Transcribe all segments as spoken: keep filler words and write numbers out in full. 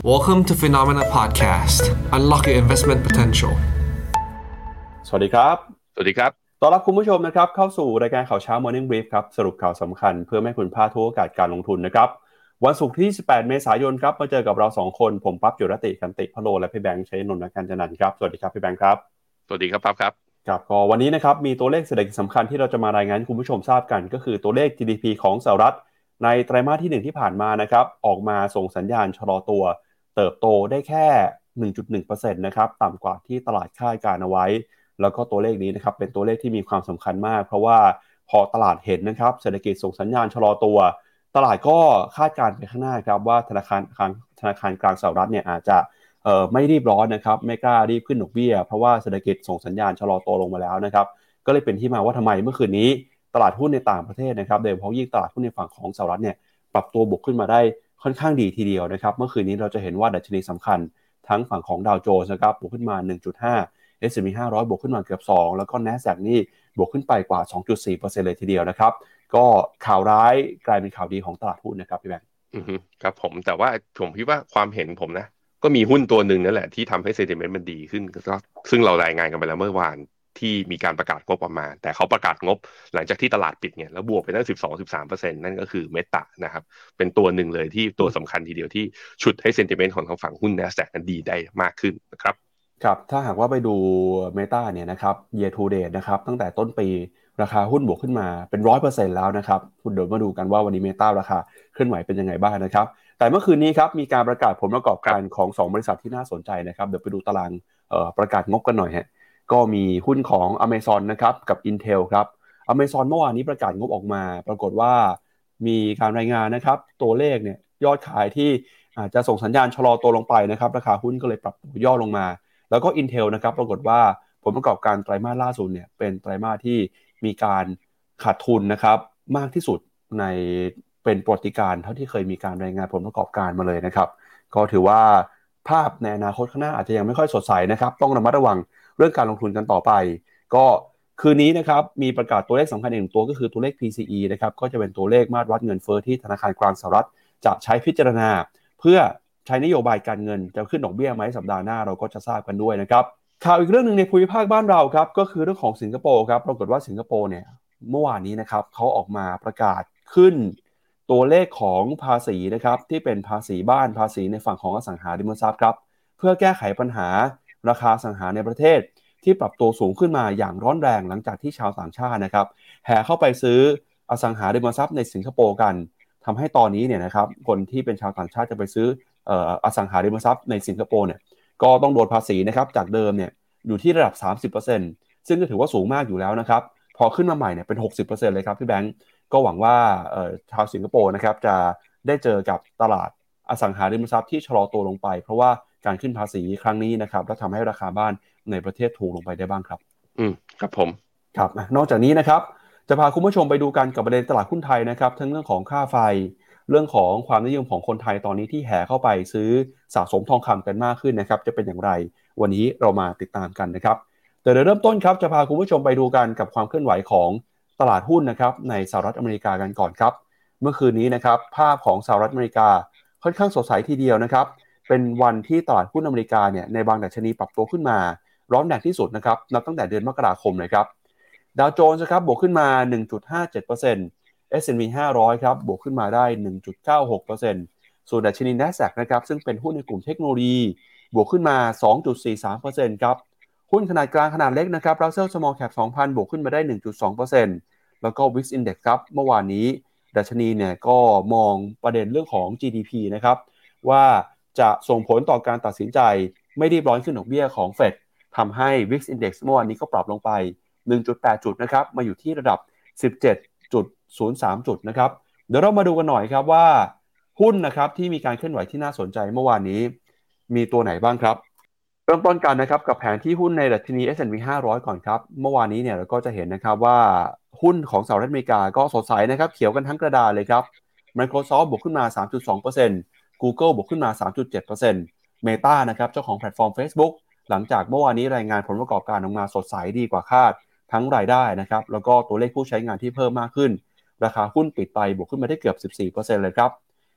Welcome to Phenomena Podcast. Unlock your investment potential. สวัสดีครับสวัสดีครับต้อนรับคุณผู้ชมนะครับเข้าสู่รายการข่าวเช้า Morning Brief ครับสรุปข่าวสำคัญเพื่อไม่ให้คุณพลาดทุกโอกาสการลงทุนนะครับวันศุกร์ที่สิบแปดเมษายนครับมาเจอกับเราสองคนผมปั๊บจุรติกันติพโลและพี่แบงค์ชัยนนท์กันจันทร์ครับสวัสดีครับพี่แบงค์ครับสวัสดีครับปั๊บครับครับก็วันนี้นะครับมีตัวเลขเศรษฐกิจสำคัญที่เราจะมารายงานให้คุณผู้ชมทราบกันก็คือตัวเลข จี ดี พี ของสหรัฐในไตรมาสที่หนึ่งที่ผ่านมานะครับออกมาส่งสัญญาณชะลอตัวเติบโตได้แค่ หนึ่งจุดหนึ่งเปอร์เซ็นต์ นะครับต่ำกว่าที่ตลาดคาดการณ์เอาไว้แล้วก็ตัวเลขนี้นะครับเป็นตัวเลขที่มีความสำคัญมากเพราะว่าพอตลาดเห็นนะครับเศรษฐกิจส่งสัญญาณชะลอตัวตลาดก็คาดการณ์ไปข้างหน้าครับว่าธนาคารธนาคารกลางสหรัฐเนี่ยอาจจะเอ่อไม่รีบร้อนนะครับไม่กล้ารีบขึ้นดอกเบี้ยเพราะว่าเศรษฐกิจส่งสัญญาณชะลอตัวลงมาแล้วนะครับก็เลยเป็นที่มาว่าทำไมเมื่อคืนนี้ตลาดหุ้นในต่างประเทศนะครับโดยเฉพาะยิ่งตลาดหุ้นในฝั่งของสหรัฐเนี่ยปรับตัวบวกขึ้นมาได้ค่อนข้างดีทีเดียวนะครับเมื่อคืนนี้เราจะเห็นว่าดัชนีสำคัญทั้งฝั่งของดาวโจนส์นะครับบวกขึ้นมา หนึ่งจุดห้า เอส แอนด์ พี ห้าร้อยบวกขึ้นมาเกือบสองแล้วก็ NASDAQ นี่บวกขึ้นไปกว่า สองจุดสี่เปอร์เซ็นต์ เลยทีเดียวนะครับก็ข่าวร้ายกลายเป็นข่าวดีของตลาดหุ้นนะครับพี่แบงค์อือฮึครับผมแต่ว่าผมคิดว่าความเห็นผมนะก็มีหุ้นตัวหนึ่งนั่นแหละที่ทำให้เซนติเมนต์มันดีขึ้นก็ซึ่งเรารายงานกันไปแล้วเมื่อวานที่มีการประกาศงบออกมาแต่เขาประกาศงบหลังจากที่ตลาดปิดเนี่ยแล้วบวกไปตั้ง สิบสองถึงสิบสามเปอร์เซ็นต์ นั่นก็คือเมตานะครับเป็นตัวหนึ่งเลยที่ตัวสำคัญทีเดียวที่ฉุดให้เซนติเมนต์ของทางฝั่งหุ้น NASDAQ นั้นดีได้มากขึ้นนะครับครับถ้าหากว่าไปดู Meta เนี่ยนะครับ year to date นะครับตั้งแต่ต้นปีราคาหุ้นบวกขึ้นมาเป็น หนึ่งร้อยเปอร์เซ็นต์ แล้วนะครับคุณเดี๋ยวมาดูกันว่าวันนี้ Meta ราคาเคลื่อนไหวเป็นยังไงบ้างนะครับแต่เมื่อคืนนี้ครับมีการประกาศผลประกอบการของสองบริษัทที่น่าสนใจนะครับเดี๋ยวไปดูตารางเอ่อประกาศงบกันหน่อยฮะก็มีหุ้นของ Amazon นะครับกับ Intel ครับ Amazon เมื่อวานนี้ประกาศงบออกมาปรากฏว่ามีการรายงานนะครับตัวเลขเนี่ยยอดขายที่อาจจะส่งสัญญาณชะลอตัวลงไปนะครับราคาหุ้นก็เลยปรับตัวย่อลงมาแล้วก็ Intel นะครับปรากฏว่าผลประกอบการไตรมาสล่าสุดเนี่ยเป็นไตรมาสที่มีการขาดทุนนะครับมากที่สุดในเป็นประวัติการณ์เท่าที่เคยมีการรายงานผลประกอบการมาเลยนะครับก็ถือว่าภาพในอนาคตข้างหน้าอาจจะยังไม่ค่อยสดใสนะครับต้องระมัดระวังเรื่องการลงทุนกันต่อไปก็คืนนี้นะครับมีประกาศตัวเลขสำคัญอีกหนึ่งตัวก็คือตัวเลข พี ซี อี นะครับก็จะเป็นตัวเลขมาตรวัดเงินเฟ้อที่ธนาคารกลางสหรัฐจะใช้พิจารณาเพื่อใช้นโยบายการเงินจะขึ้นดอกเบี้ยไหมสัปดาห์หน้าเราก็จะทราบกันด้วยนะครับข่าวอีกเรื่องนึงในภูมิภาคบ้านเราครับก็คือเรื่องของสิงคโปร์ครับปรากฏว่าสิงคโปร์เนี่ยเมื่อวานนี้นะครับเขาออกมาประกาศขึ้นตัวเลขของภาษีนะครับที่เป็นภาษีบ้านภาษีในฝั่งของอสังหาริมทรัพย์ครับเพื่อแก้ไขปัญหาราคาอสังหาในประเทศที่ปรับตัวสูงขึ้นมาอย่างร้อนแรงหลังจากที่ชาวต่างชาตินะครับแห่เข้าไปซื้ออสังหาริมทรัพย์ในสิงคโปร์กันทำให้ตอนนี้เนี่ยนะครับคนที่เป็นชาวต่างชาติจะไปซื้อเอ่ออสังหาริมทรัพย์ในสิงคโปร์เนี่ยก็ต้องโดนภาษีนะครับจากเดิมเนี่ยอยู่ที่ระดับ สามสิบเปอร์เซ็นต์ ซึ่งก็ถือว่าสูงมากอยู่แล้วนะครับพอขึ้นมาใหม่เนี่ยเป็น หกสิบเปอร์เซ็นต์ เลยครับพี่แบงก์ก็หวังว่าเอ่อชาวสิงคโปร์นะครับจะได้เจอกับตลาดอสังหาริมทรัพย์ที่ชะลอตัวลงไปเพราะว่าการขึ้นภาษีครั้งนี้นะครับแล้วทำให้ราคาบ้านในประเทศถูกลงไปได้บ้างครับอืมครับผมครับนอกจากนี้นะครับจะพาคุณผู้ชมไปดูกันกับประเด็นตลาดหุ้นไทยนะครับทั้งเรื่องของค่าไฟเรื่องของความนิยมของคนไทยตอนนี้ที่แห่เข้าไปซื้อสะสมทองคำกันมากขึ้นนะครับจะเป็นอย่างไรวันนี้เรามาติดตามกันนะครับแต่เดี๋ยวเริ่มต้นครับจะพาคุณผู้ชมไปดูกันกับความเคลื่อนไหวของตลาดหุ้นนะครับในสหรัฐอเมริกากันก่อนครับเมื่อคืนนี้นะครับภาพของสหรัฐอเมริกาค่อนข้างสดใสทีเดียวนะครับเป็นวันที่ตลาดหุ้นอเมริกาเนี่ยในบางดัชนีปรับตัวขึ้นมาร้อนแรงที่สุดนะครับนับตั้งแต่เดือนมกราคมเลยครับดาวโจนส์ครับบวกขึ้นมา หนึ่งจุดห้าเจ็ดเปอร์เซ็นต์ เอส แอนด์ พี ห้าร้อยครับบวกขึ้นมาได้ หนึ่งจุดเก้าหกเปอร์เซ็นต์ ส่วนดัชนี NASDAQ นะครับซึ่งเป็นหุ้นในกลุ่มเทคโนโลยีบวกขึ้นมา สองจุดสี่สามเปอร์เซ็นต์ ครับหุ้นขนาดกลางขนาดเล็กนะครับ Russell Small Cap สองพัน บวกขึ้นมาได้ หนึ่งจุดสองเปอร์เซ็นต์ แล้วก็ วี ไอ เอ็กซ์ Index ครับเมื่อวานนี้ดัชนีเนี่ยก็มองประเด็นเรื่องของ จี ดี พี นะครับว่าจะส่งผลต่อการตัดสินใจไม่รีบร้อนขึ้นดอกเบี้ยของ Fed ทำให้ วี ไอ เอ็กซ์ Index เมื่อวานนี้ก็ปรับลงไป หนึ่งจุดแปด จุดนะครับมาอยู่ที่ระดับ สิบเจ็ดจุดศูนย์สาม จุดนะครับเดี๋ยวเรามาดูกันหน่อยครับว่าหุ้นนะครับที่มีการเคลื่อนไหวที่น่าสนใจเมื่อวานนี้มีตัวไหนบ้างครับเริ่มต้นกันนะครับกับแผนที่หุ้นในดัชนี เอส แอนด์ พี ห้าร้อยก่อนครับเมื่อวานนี้เนี่ยเราก็จะเห็นนะครับว่าหุ้นของสหรัฐอเมริกาก็สดใสนะครับเขียวกันทั้งกระดานเลยครับ Microsoft บวกขึ้นมา สามจุดสองเปอร์เซ็นต์ Google บวกขึ้นมา สามจุดเจ็ดเปอร์เซ็นต์ Meta นะครับเจ้าของแพลตฟอร์ม Facebook หลังจากเมื่อวานนี้รายงานผลประกอบการออกมาสดใสดีกว่าคาดทั้งรายได้นะครับแล้วก็ตัวเลขผู้ใช้งานที่เพิ่มมากขึ้นราคาหุ้นปิดไปบวกขึ้นมาได้เกือบ สิบสี่เปอร์เซ็นต์ เลยครับ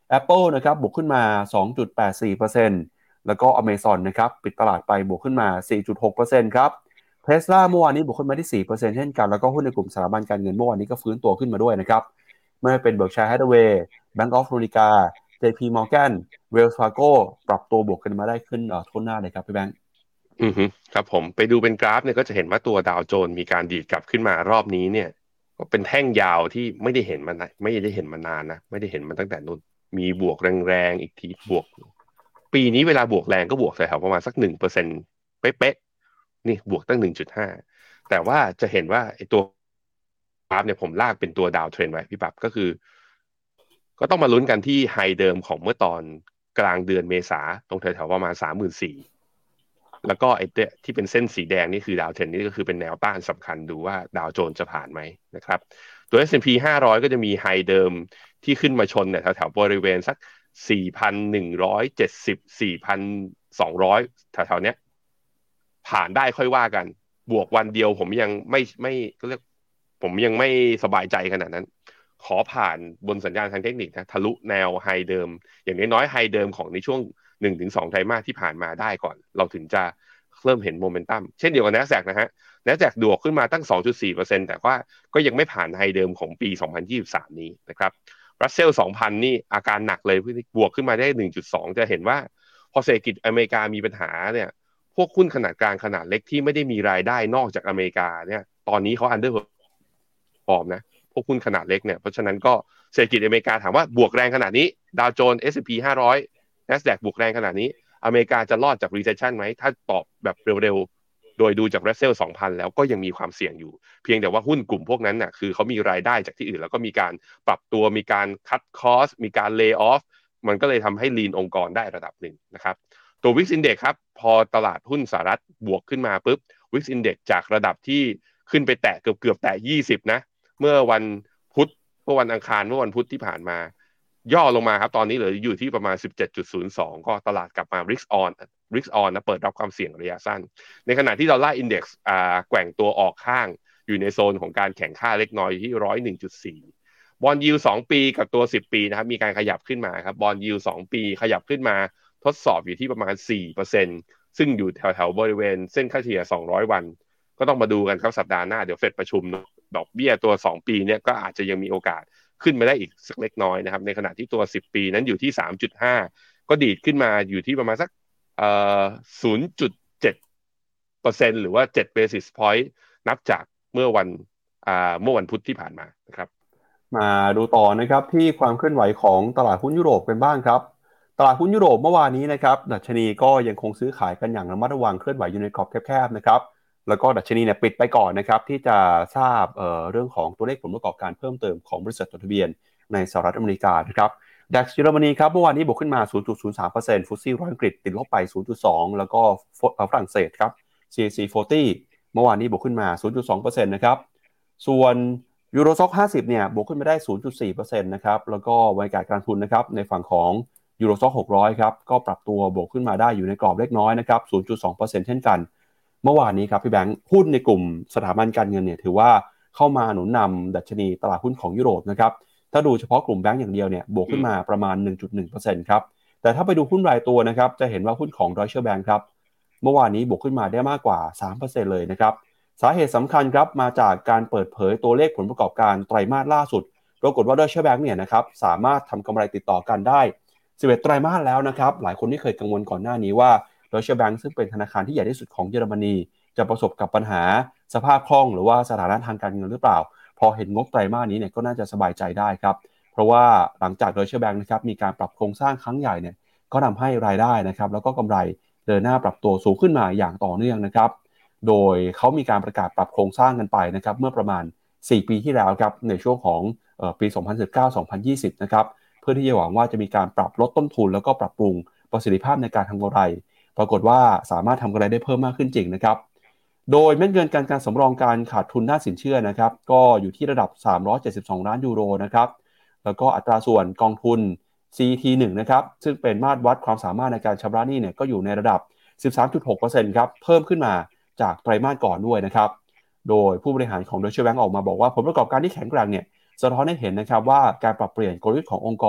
Apple นะครับบวกขึ้นมา สองจุดแปดสี่เปอร์เซ็นต์ แล้วก็ Amazon นะครับปิดตลาดไปบวกขึ้นมา สี่จุดหกเปอร์เซ็นต์ ครับ Tesla เมื่อวานนี้บวกขึ้นมาที่ สี่เปอร์เซ็นต์ เช่นกันแล้วก็หุ้นในกลุ่มสถาบันการเงินเมื่อวานนี้ก็ฟื้นตัวขึ้นมาด้วยนะครับไม่ว่าเป็น Berkshire Hathaway Bank of America เจ พี Morgan Wells Fargo ปรับตัวบวกกันมาได้ขึ้นเอ่อทั่วหน้าเลยครับพี่แบงค์อือฮึครับผมไปดูเป็นกราฟเนี่ยก็จะเห็นว่าตัวดาวโจนส์มีการดีดกลับขึ้นมารอบนี้เนี่ยก็เป็นแท่งยาวที่ไม่ได้เห็นมานานไม่ได้เห็นมานานนะไม่ได้เห็นมาตั้งแต่นู้นมีบวกแรงๆอีกทีบวกปีนี้เวลาบวกแรงก็บวกแถวๆประมาณสักหนึ่งเปอร์เซ็นต์เป๊ะๆนี่บวกตั้งหนึ่งจุดห้าแต่ว่าจะเห็นว่าไอ้ตัวกราฟเนี่ยผมลากเป็นตัวดาวเทรนไว้พี่ปั๊บก็คือก็ต้องมาลุ้นกันที่ไฮเดิมของเมื่อตอนกลางเดือนเมษาตรงแถวๆประมาณสามหมื่นสี่ แล้วก็ไอ้ที่เป็นเส้นสีแดงนี่คือดาวเทรนนี่ก็คือเป็นแนวต้านสำคัญดูว่าดาวโจนส์จะผ่านไหมนะครับตัว เอส แอนด์ พี ห้าร้อยก็จะมีไฮเดิมที่ขึ้นมาชนเนี่ยแถวๆบริเวณสัก สี่พันหนึ่งร้อยเจ็ดสิบ สี่พันสองร้อย แถวๆเนี้ยผ่านได้ค่อยว่ากันบวกวันเดียวผมยังไม่ไม่ก็เรียกผมยังไม่สบายใจขนาดนั้นขอผ่านบนสัญญาณทางเทคนิคนะทะลุแนวไฮเดิมอย่างน้อยๆไฮเดิมของในช่วง หนึ่งถึงสอง ไตรมาสที่ผ่านมาได้ก่อนเราถึงจะเริ่มเห็นโมเมนตัมเช่นเดียวกับ NASDAQ นะฮะ NASDAQ ดวกขึ้นมาตั้ง สองจุดสี่เปอร์เซ็นต์ แต่ว่าก็ยังไม่ผ่านไฮเดิมของปีสองพันยี่สิบสามนี้นะครับ Russell สองพันนี่อาการหนักเลยบวกขึ้นมาได้ หนึ่งจุดสอง จะเห็นว่าพอเศรษฐกิจอเมริกามีปัญหาเนี่ยพวกหุ้นขนาดกลางขนาดเล็กที่ไม่ได้มีรายได้นอกจากอเมริกาเนี่ยตอนนี้เขา underperform นะพวกหุ้นขนาดเล็กเนี่ยเพราะฉะนั้นก็เศรษฐกิจอเมริกาถามว่าบวกแรงขนาดนี้ดาวโจนส์ เอส แอนด์ พี ห้าร้อย NASDAQ บวกแรงขนาดนี้อเมริกาจะรอดจาก recession ไหมถ้าตอบแบบเร็วๆโดยดูจาก Russell สองพันแล้วก็ยังมีความเสี่ยงอยู่เพียงแต่ว่าหุ้นกลุ่มพวกนั้นน่ะคือเขามีรายได้จากที่อื่นแล้วก็มีการปรับตัวมีการ cut cost มีการ lay off มันก็เลยทำให้ lean องค์กรได้ระดับหนึ่งนะครับตัว วี ไอ เอ็กซ์ Index ครับพอตลาดหุ้นสหรัฐบวกขึ้นมาปุ๊บ วี ไอ เอ็กซ์ Index จากระดับที่ขึ้นไปแตะเกือบเกือบแตะยี่สิบนะเมื่อวันพุธเมื่อวันอังคารเมื่อวันพุธที่ผ่านมาย่อลงมาครับตอนนี้เหลืออยู่ที่ประมาณ สิบเจ็ดจุดศูนย์สอง ก็ตลาดกลับมา risk on risk on นะเปิดรับความเสี่ยงระยะสั้นในขณะที่ดอลลาร์อินเด็กซ์อ่าแกว่งตัวออกข้างอยู่ในโซนของการแข่งค่าเล็กน้อยที่ หนึ่งร้อยเอ็ดจุดสี่ บอนด์ยิลด์สองปีกับตัวสิบปีนะครับมีการขยับขึ้นมาครับบอนด์ยิลด์สองปีขยับขึ้นมาทดสอบอยู่ที่ประมาณ สี่เปอร์เซ็นต์ ซึ่งอยู่แถวๆบริเวณเส้นค่าเฉลี่ยสองร้อยวันก็ต้องมาดูกันครับสัปดาห์หน้าเดี๋ยวเฟดประชุมดอกเบี้ยตัวสองปีเนี่ยก็อาจจะยังมีโอกาสขึ้นมาได้อีกสักเล็กน้อยนะครับในขณะที่ตัวสิบปีนั้นอยู่ที่ สามจุดห้า ก็ดีดขึ้นมาอยู่ที่ประมาณสักเอ่อ ศูนย์จุดเจ็ดเปอร์เซ็นต์ หรือว่าเจ็ด basis point นับจากเมื่อวันอ่าเมื่อวันพุธที่ผ่านมานะครับมาดูต่อนะครับที่ความเคลื่อนไหวของตลาดหุ้นยุโรปกันบ้างครับตลาดหุ้นยุโรปเมื่อวานนี้นะครับดัชนีก็ยังคงซื้อขายกันอย่างระมัดระวังเคลื่อนไหวอยู่ในกรอบแคบๆนะครับแล้วก็ดัชนีเนี่ยปิดไปก่อนนะครับที่จะทราบเอ่อเรื่องของตัวเลขผลประกอบการเพิ่มเติมของบริษัทจดทะเบียนในสหรัฐอเมริกานะครับดัชเยอรมนีครับเมื่อวานนี้บวกขึ้นมา ศูนย์จุดศูนย์สามเปอร์เซ็นต์ ฟุตซี่ร้อยอังกฤษติดลบไป ศูนย์จุดสอง แล้วก็ฝรั่งเศสครับ ซี เอ ซี สี่สิบเมื่อวานนี้บวกขึ้นมา ศูนย์จุดสองเปอร์เซ็นต์ นะครับส่วนยูโรซ็อกห้าสิบเนี่ยบวกขึ้นมาได้ ศูนย์จุดสี่เปอร์เซ็นต์ นะครับแล้วก็บรรยากาศการทุนนะครับในฝั่งของยูโรซ็อกหกร้อยครับก็ปรับตัวบวกขึ้นมาได้อยู่ในกรอบเล็กน้อยนะครับ ศูนย์จุดสองเปอร์เซ็นต์ เช่นกันเมื่อวานนี้ครับพี่แบงค์หุ้นในกลุ่มสถาบันการเงินเนี่ยถือว่าเข้ามาหนุนนำดัชนีตลาดหุ้นของยุโรปนะครับถ้าดูเฉพาะกลุ่มแบงก์อย่างเดียวเนี่ยบวกขึ้นมาประมาณ หนึ่งจุดหนึ่งเปอร์เซ็นต์ ครับแต่ถ้าไปดูหุ้นรายตัวนะครับจะเห็นว่าหุ้นของ Deutsche Bank ครับเมื่อวานนี้บวกขึ้นมาได้มากกว่า สามเปอร์เซ็นต์ เลยนะครับสาเหตุสำคัญครับมาจากการเปิดเผยตัวเลขผลประกอบการไตรมาสล่าสุดปรากฏว่า Deutsche Bank เนี่ยนะครับสามารถทำกำไรติดต่อกันได้สิบเอ็ดไตรมาสแล้วนะครับหลายคนที่เคยกังวลก่อนหน้านี้ว่า Deutsche Bank ซึ่งเป็นธนาคารที่ใหญ่ที่สุดของเยอรมนีจะประสบกับปัญหาสภาพคล่องหรือว่าสถานะทางการเงินหรือเปล่าพอเห็นงบไตรมาสนี้เนี่ยก็น่าจะสบายใจได้ครับเพราะว่าหลังจาก Deutsche Bank นะครับมีการปรับโครงสร้างครั้งใหญ่เนี่ยก็ทำให้รายได้นะครับแล้วก็กำไรเดินหน้าปรับตัวสูงขึ้นมาอย่างต่อเนื่องนะครับโดยเขามีการประกาศปรับโครงสร้างกันไปนะครับเมื่อประมาณสี่ปีที่แล้วครับในช่วงของเอ่อปีสองพันสิบเก้า สองพันยี่สิบนะครับเพื่อที่จะหวังว่าจะมีการปรับลดต้นทุนแล้วก็ปรับปรุงประสิทธิภาพในการทำกำไรปรากฏว่าสามารถทำกำไรได้เพิ่มมากขึ้นจริงนะครับโดยเม็ดเงินการการสำรองการขาดทุนด้านสินเชื่อนะครับก็อยู่ที่ระดับสามร้อยเจ็ดสิบสองล้านยูโรนะครับแล้วก็อัตราส่วนกองทุน ซี ที หนึ่ง นะครับซึ่งเป็นมาตรวัดความสามารถในการชำระหนี้เนี่ยก็อยู่ในระดับ สิบสามจุดหกเปอร์เซ็นต์ ครับเพิ่มขึ้นมาจากไตรมาสก่อนด้วยนะครับโดยผู้บริหารของ Deutsche Bank ออกมาบอกว่าผลประกอบการที่แข็งแกร่งเนี่ยสะท้อนให้เห็นนะครับว่าการปรับเปลี่ยนกลยุทธ์ขององค์กร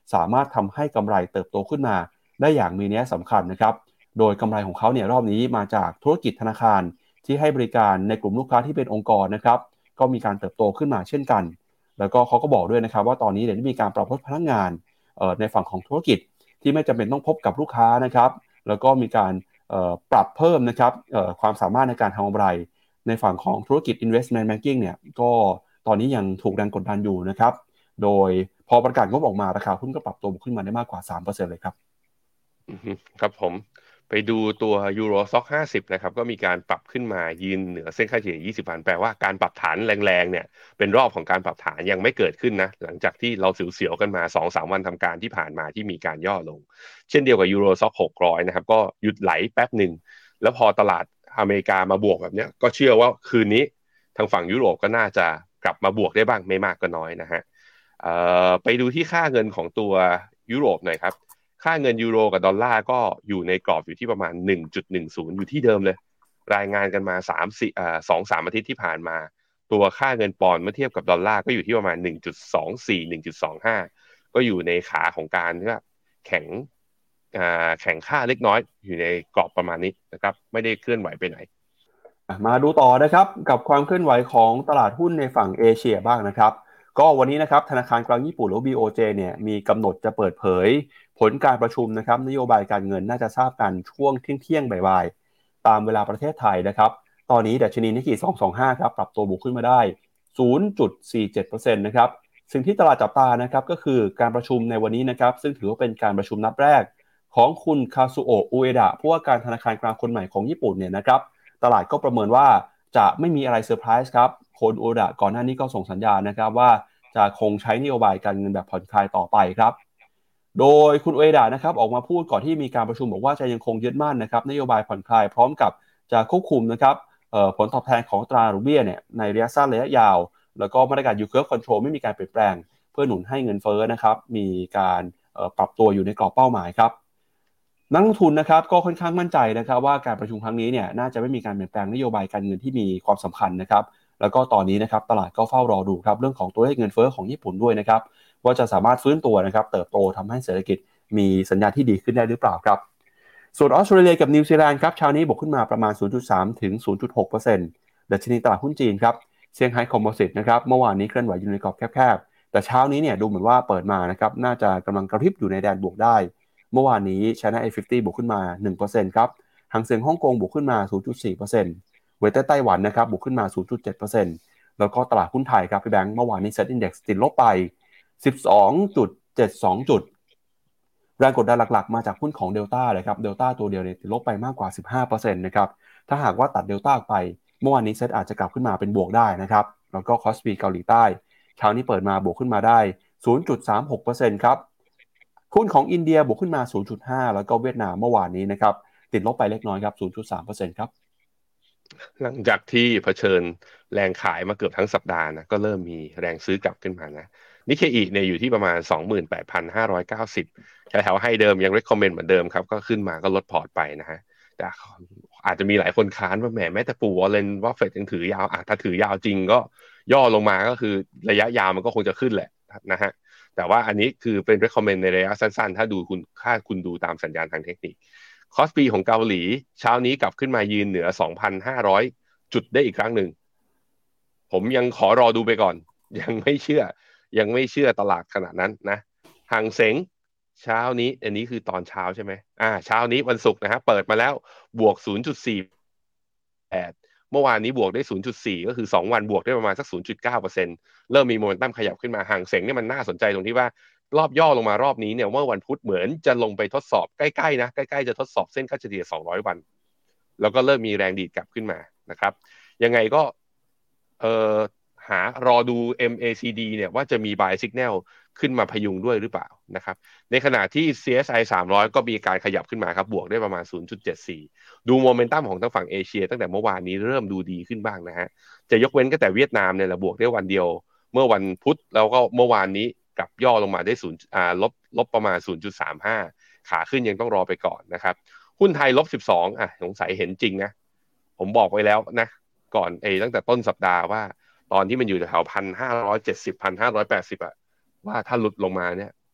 สามารถทำให้กำไรเติบโตขึ้นมาได้อย่างมีนัยสำคัญนะครับโดยกำไรของเขาเนี่ยรอบนี้มาจากธุรกิจธนาคารที่ให้บริการในกลุ่มลูกค้าที่เป็นองค์กรนะครับก็มีการเติบโตขึ้นมาเช่นกันแล้วก็เขาก็บอกด้วยนะครับว่าตอนนี้เดี๋ยวได้มีการปรับลดพนักงานในฝั่งของธุรกิจที่ไม่จำเป็นต้องพบกับลูกค้านะครับแล้วก็มีการปรับเพิ่มนะครับความสามารถในการทำกำไรในฝั่งของธุรกิจ investment banking เนี่ยก็ตอนนี้ยังถูกแรงกดดันอยู่นะครับโดยพอประกาศงบออกมาราคาหุ้นก็ปรับตัวขึ้นมาได้มากกว่า สามเปอร์เซ็นต์ เลยครับครับผมไปดูตัว Euro Stock ห้าสิบนะครับก็มีการปรับขึ้นมายืนเหนือเส้นค่าเฉลี่ยยี่สิบวันแปลว่าการปรับฐานแรงๆเนี่ยเป็นรอบของการปรับฐานยังไม่เกิดขึ้นนะหลังจากที่เราเสียวๆกันมา สองถึงสาม วันทำการที่ผ่านมาที่มีการย่อลงเช่นเดียวกับ Euro Stock หกร้อยนะครับก็หยุดไหลแป๊บหนึ่งแล้วพอตลาดอเมริกามาบวกแบบนี้ก็เชื่อว่าคืนนี้ทางฝั่งยุโรปก็น่าจะกลับมาบวกได้บ้างไม่มากก็น้อยนะฮะไปดูที่ค่าเงินของตัวยุโรปหน่อยครับค่าเงินยูโรกับดอลลาร์ก็อยู่ในกรอบอยู่ที่ประมาณ หนึ่งจุดหนึ่งศูนย์ อยู่ที่เดิมเลยรายงานกันมาสาม สี่อ่า สอง สาม อาทิตย์ที่ผ่านมาตัวค่าเงินปอนด์เมื่อเทียบกับดอลลาร์ก็อยู่ที่ประมาณ หนึ่งจุดสองสี่ หนึ่งจุดสองห้า ก็อยู่ในขาของการที่ว่าแข็งอ่าแข็งค่าเล็กน้อยอยู่ในกรอบประมาณนี้นะครับไม่ได้เคลื่อนไหวไปไหนมาดูต่อนะครับกับความเคลื่อนไหวของตลาดหุ้นในฝั่งเอเชียบ้างนะครับก็วันนี้นะครับธนาคารกลางญี่ปุ่นหรือ บี โอ เจ เนี่ยมีกำหนดจะเปิดเผยผลการประชุมนะครับนโยบายการเงินน่าจะทราบกันช่วงเที่ยงๆบ่ายๆตามเวลาประเทศไทยนะครับตอนนี้ดัชนีนิกเกิสองร้อยยี่สิบห้าครับปรับตัวบวกขึ้นมาได้ ศูนย์จุดสี่เจ็ดเปอร์เซ็นต์ นะครับสิ่งที่ตลาดจับตานะครับก็คือการประชุมในวันนี้นะครับซึ่งถือว่าเป็นการประชุมนัดแรกของคุณคาซุโอะอุเอดะผู้ว่าการธนาคารกลางคนใหม่ของญี่ปุ่นเนี่ยนะครับตลาดก็ประเมินว่าจะไม่มีอะไรเซอร์ไพรส์ครับคุณอุเอดะก่อนหน้านี้ก็ส่งสัญญาณนะครับว่าจะคงใช้นโยบายการเงินแบบผ่อนคลายต่อไปครับโดยคุณอุเอดะนะครับออกมาพูดก่อนที่มีการประชุมบอกว่าจะยังคงยึดมั่นนะครับนโยบายผ่อนคลายพร้อมกับจะควบคุมนะครับผลตอบแทนของตราดอกเบี้ยเนี่ยในระยะสั้นระยะยาวแล้วก็มาตรการ Yield Curve Control ไม่มีการเปลี่ยนแปลงเพื่อหนุนให้เงินเฟ้อนะครับมีการปรับตัวอยู่ในกรอบเป้าหมายครับนักลงทุนนะครับก็ค่อนข้างมั่นใจนะครับว่าการประชุมครั้งนี้เนี่ยน่าจะไม่มีการเปลี่ยนแปลงนโยบายการเงินที่มีความสำคัญนะครับแล้วก็ตอนนี้นะครับตลาดก็เฝ้ารอดูครับเรื่องของตัวเลขเงินเฟ้อของญี่ปุ่นด้วยนะครับว่าจะสามารถฟื้นตัวนะครับเติบโตทำให้เศรษฐกิจมีสัญญาณที่ดีขึ้นได้หรือเปล่าครับส่วนออสเตรเลียกับนิวซีแลนด์ครับเช้านี้บวกขึ้นมาประมาณ ศูนย์จุดสาม ถึง ศูนย์จุดหกเปอร์เซ็นต์ ดัชนีตลาดหุ้นจีนครับเซี่ยงไฮ้คอมโพสิตนะครับเมื่อวานนี้เคลื่อนไหวอยู่ในกรอบแคบๆแต่เช้านี้เนี่ยดูเหมือนว่าเปิดมานะครับน่าจะกำลังกระพริบอยู่ในแดนบวกได้เมื่อวานนี้ China เอ ห้าสิบ บวกขึ้นมา หนึ่งเปอร์เซ็นต์ ครับหางเส็งฮ่องกงบวกขึ้นมา ศูนย์จุดสี่เปอร์เซ็นต์ เวยเต้ไต้หวันนะครับบวกขึ้นมา ศูนย์จุดเจ็ดเปอร์เซ็นต์ แล้วก็ตลาดหุ้นไทยครับพี่แบงค์เมื่อวานนี้ Set Index ติดลบไป สิบสองจุดเจ็ดสอง จุดแรงกดดันหลักๆมาจากหุ้นของ Delta เลยครับ Delta ตัวเดียวเนี่ยติดลบไปมากกว่า สิบห้าเปอร์เซ็นต์ นะครับถ้าหากว่าตัด Delta ออกไปเมื่อวานนี้เซ็ตอาจจะกลับขึ้นมาเป็นบวกได้นะครับแล้วก็ Kospi เกาหลีใต้เช้านี้เปิดมาบวกขึ้นมาได้ ศูนย์จุดสามหกเปอร์เซ็นต์ ครับหุ้นของอินเดียบวกขึ้นมา ศูนย์จุดห้า แล้วก็เวียดนามเมื่อวานนี้นะครับติดลบไปเล็กน้อยครับ ศูนย์จุดสามเปอร์เซ็นต์ ครับหลังจากที่เผชิญแรงขายมาเกือบทั้งสัปดาห์นะก็เริ่มมีแรงซื้อกลับขึ้นมานะนิเคอิเนี่ยอยู่ที่ประมาณ สองหมื่นแปดพันห้าร้อยเก้าสิบ แถวๆให้เดิมยัง recommend เหมือนเดิมครับก็ขึ้นมาก็ลดพอร์ตไปนะฮะแต่อาจจะมีหลายคนค้านว่าแหมแม้แต่ปู่วอลเลนว่าเฟดยังถือยาวอ่ะถ้าถือยาวจริงก็ย่อลงมาก็คือระยะยาวมันก็คงจะขึ้นแหละนะฮะแต่ว่าอันนี้คือเป็น recommend ในระยะสั้นๆถ้าดูคุณค่าคุณดูตามสัญญาณทางเทคนิคคอสปีของเกาหลีเช้านี้กลับขึ้นมายืนเหนือ สองพันห้าร้อย จุดได้อีกครั้งหนึ่งผมยังขอรอดูไปก่อนยังไม่เชื่อยังไม่เชื่อตลาดขนาดนั้นนะหางเส็งเช้านี้อันนี้คือตอนเช้าใช่ไหมอ่าเช้านี้วันศุกร์นะฮะเปิดมาแล้วบวก ศูนย์จุดสี่แปด เมื่อวานนี้บวกได้ ศูนย์จุดสี่ ก็คือสองวันบวกได้ประมาณสัก ศูนย์จุดเก้าเปอร์เซ็นต์ เริ่มมีโมเมนตัมขยับขึ้นมาหางเส็งเนี่ยมันน่าสนใจตรงที่ว่ารอบย่อลงมารอบนี้เนี่ยเมื่อวันพุธเหมือนจะลงไปทดสอบใกล้ๆนะใกล้ๆจะทดสอบเส้นค่าเฉลี่ยสองร้อยวันแล้วก็เริ่มมีแรงดีดกลับขึ้นมานะครับยังไงก็เอ่อหารอดู เอ็ม เอ ซี ดี เนี่ยว่าจะมี buy signal ขึ้นมาพยุงด้วยหรือเปล่านะครับในขณะที่ ซี เอส ไอ สามร้อยก็มีการขยับขึ้นมาครับบวกได้ประมาณ ศูนย์จุดเจ็ดสี่ ดูโมเมนตัมของทางฝั่งเอเชียตั้งแต่เมื่อวานนี้เริ่มดูดีขึ้นบ้างนะฮะจะยกเว้นก็แต่เวียดนามเนี่ยแหละบวกได้วันเดียวเมื่อวันพุธแล้วก็เมื่อวานนี้กลับย่อลงมาได้ศูนย์อ่าลบลบประมาณ ศูนย์จุดสามห้า ขาขึ้นยังต้องรอไปก่อนนะครับหุ้นไทยลบสิบสองอ่ะสงสัยเห็นจริงนะผมบอกไว้แล้วนะก่อนเอตั้งแต่ต้นสัปดาห์ว่าตอนที่มันอยู่แถว หนึ่งพันห้าร้อยเจ็ดสิบ หนึ่งพันห้าร้อยแปดสิบ อ่ะว่าถ้าหลุดลงมาเนี่ย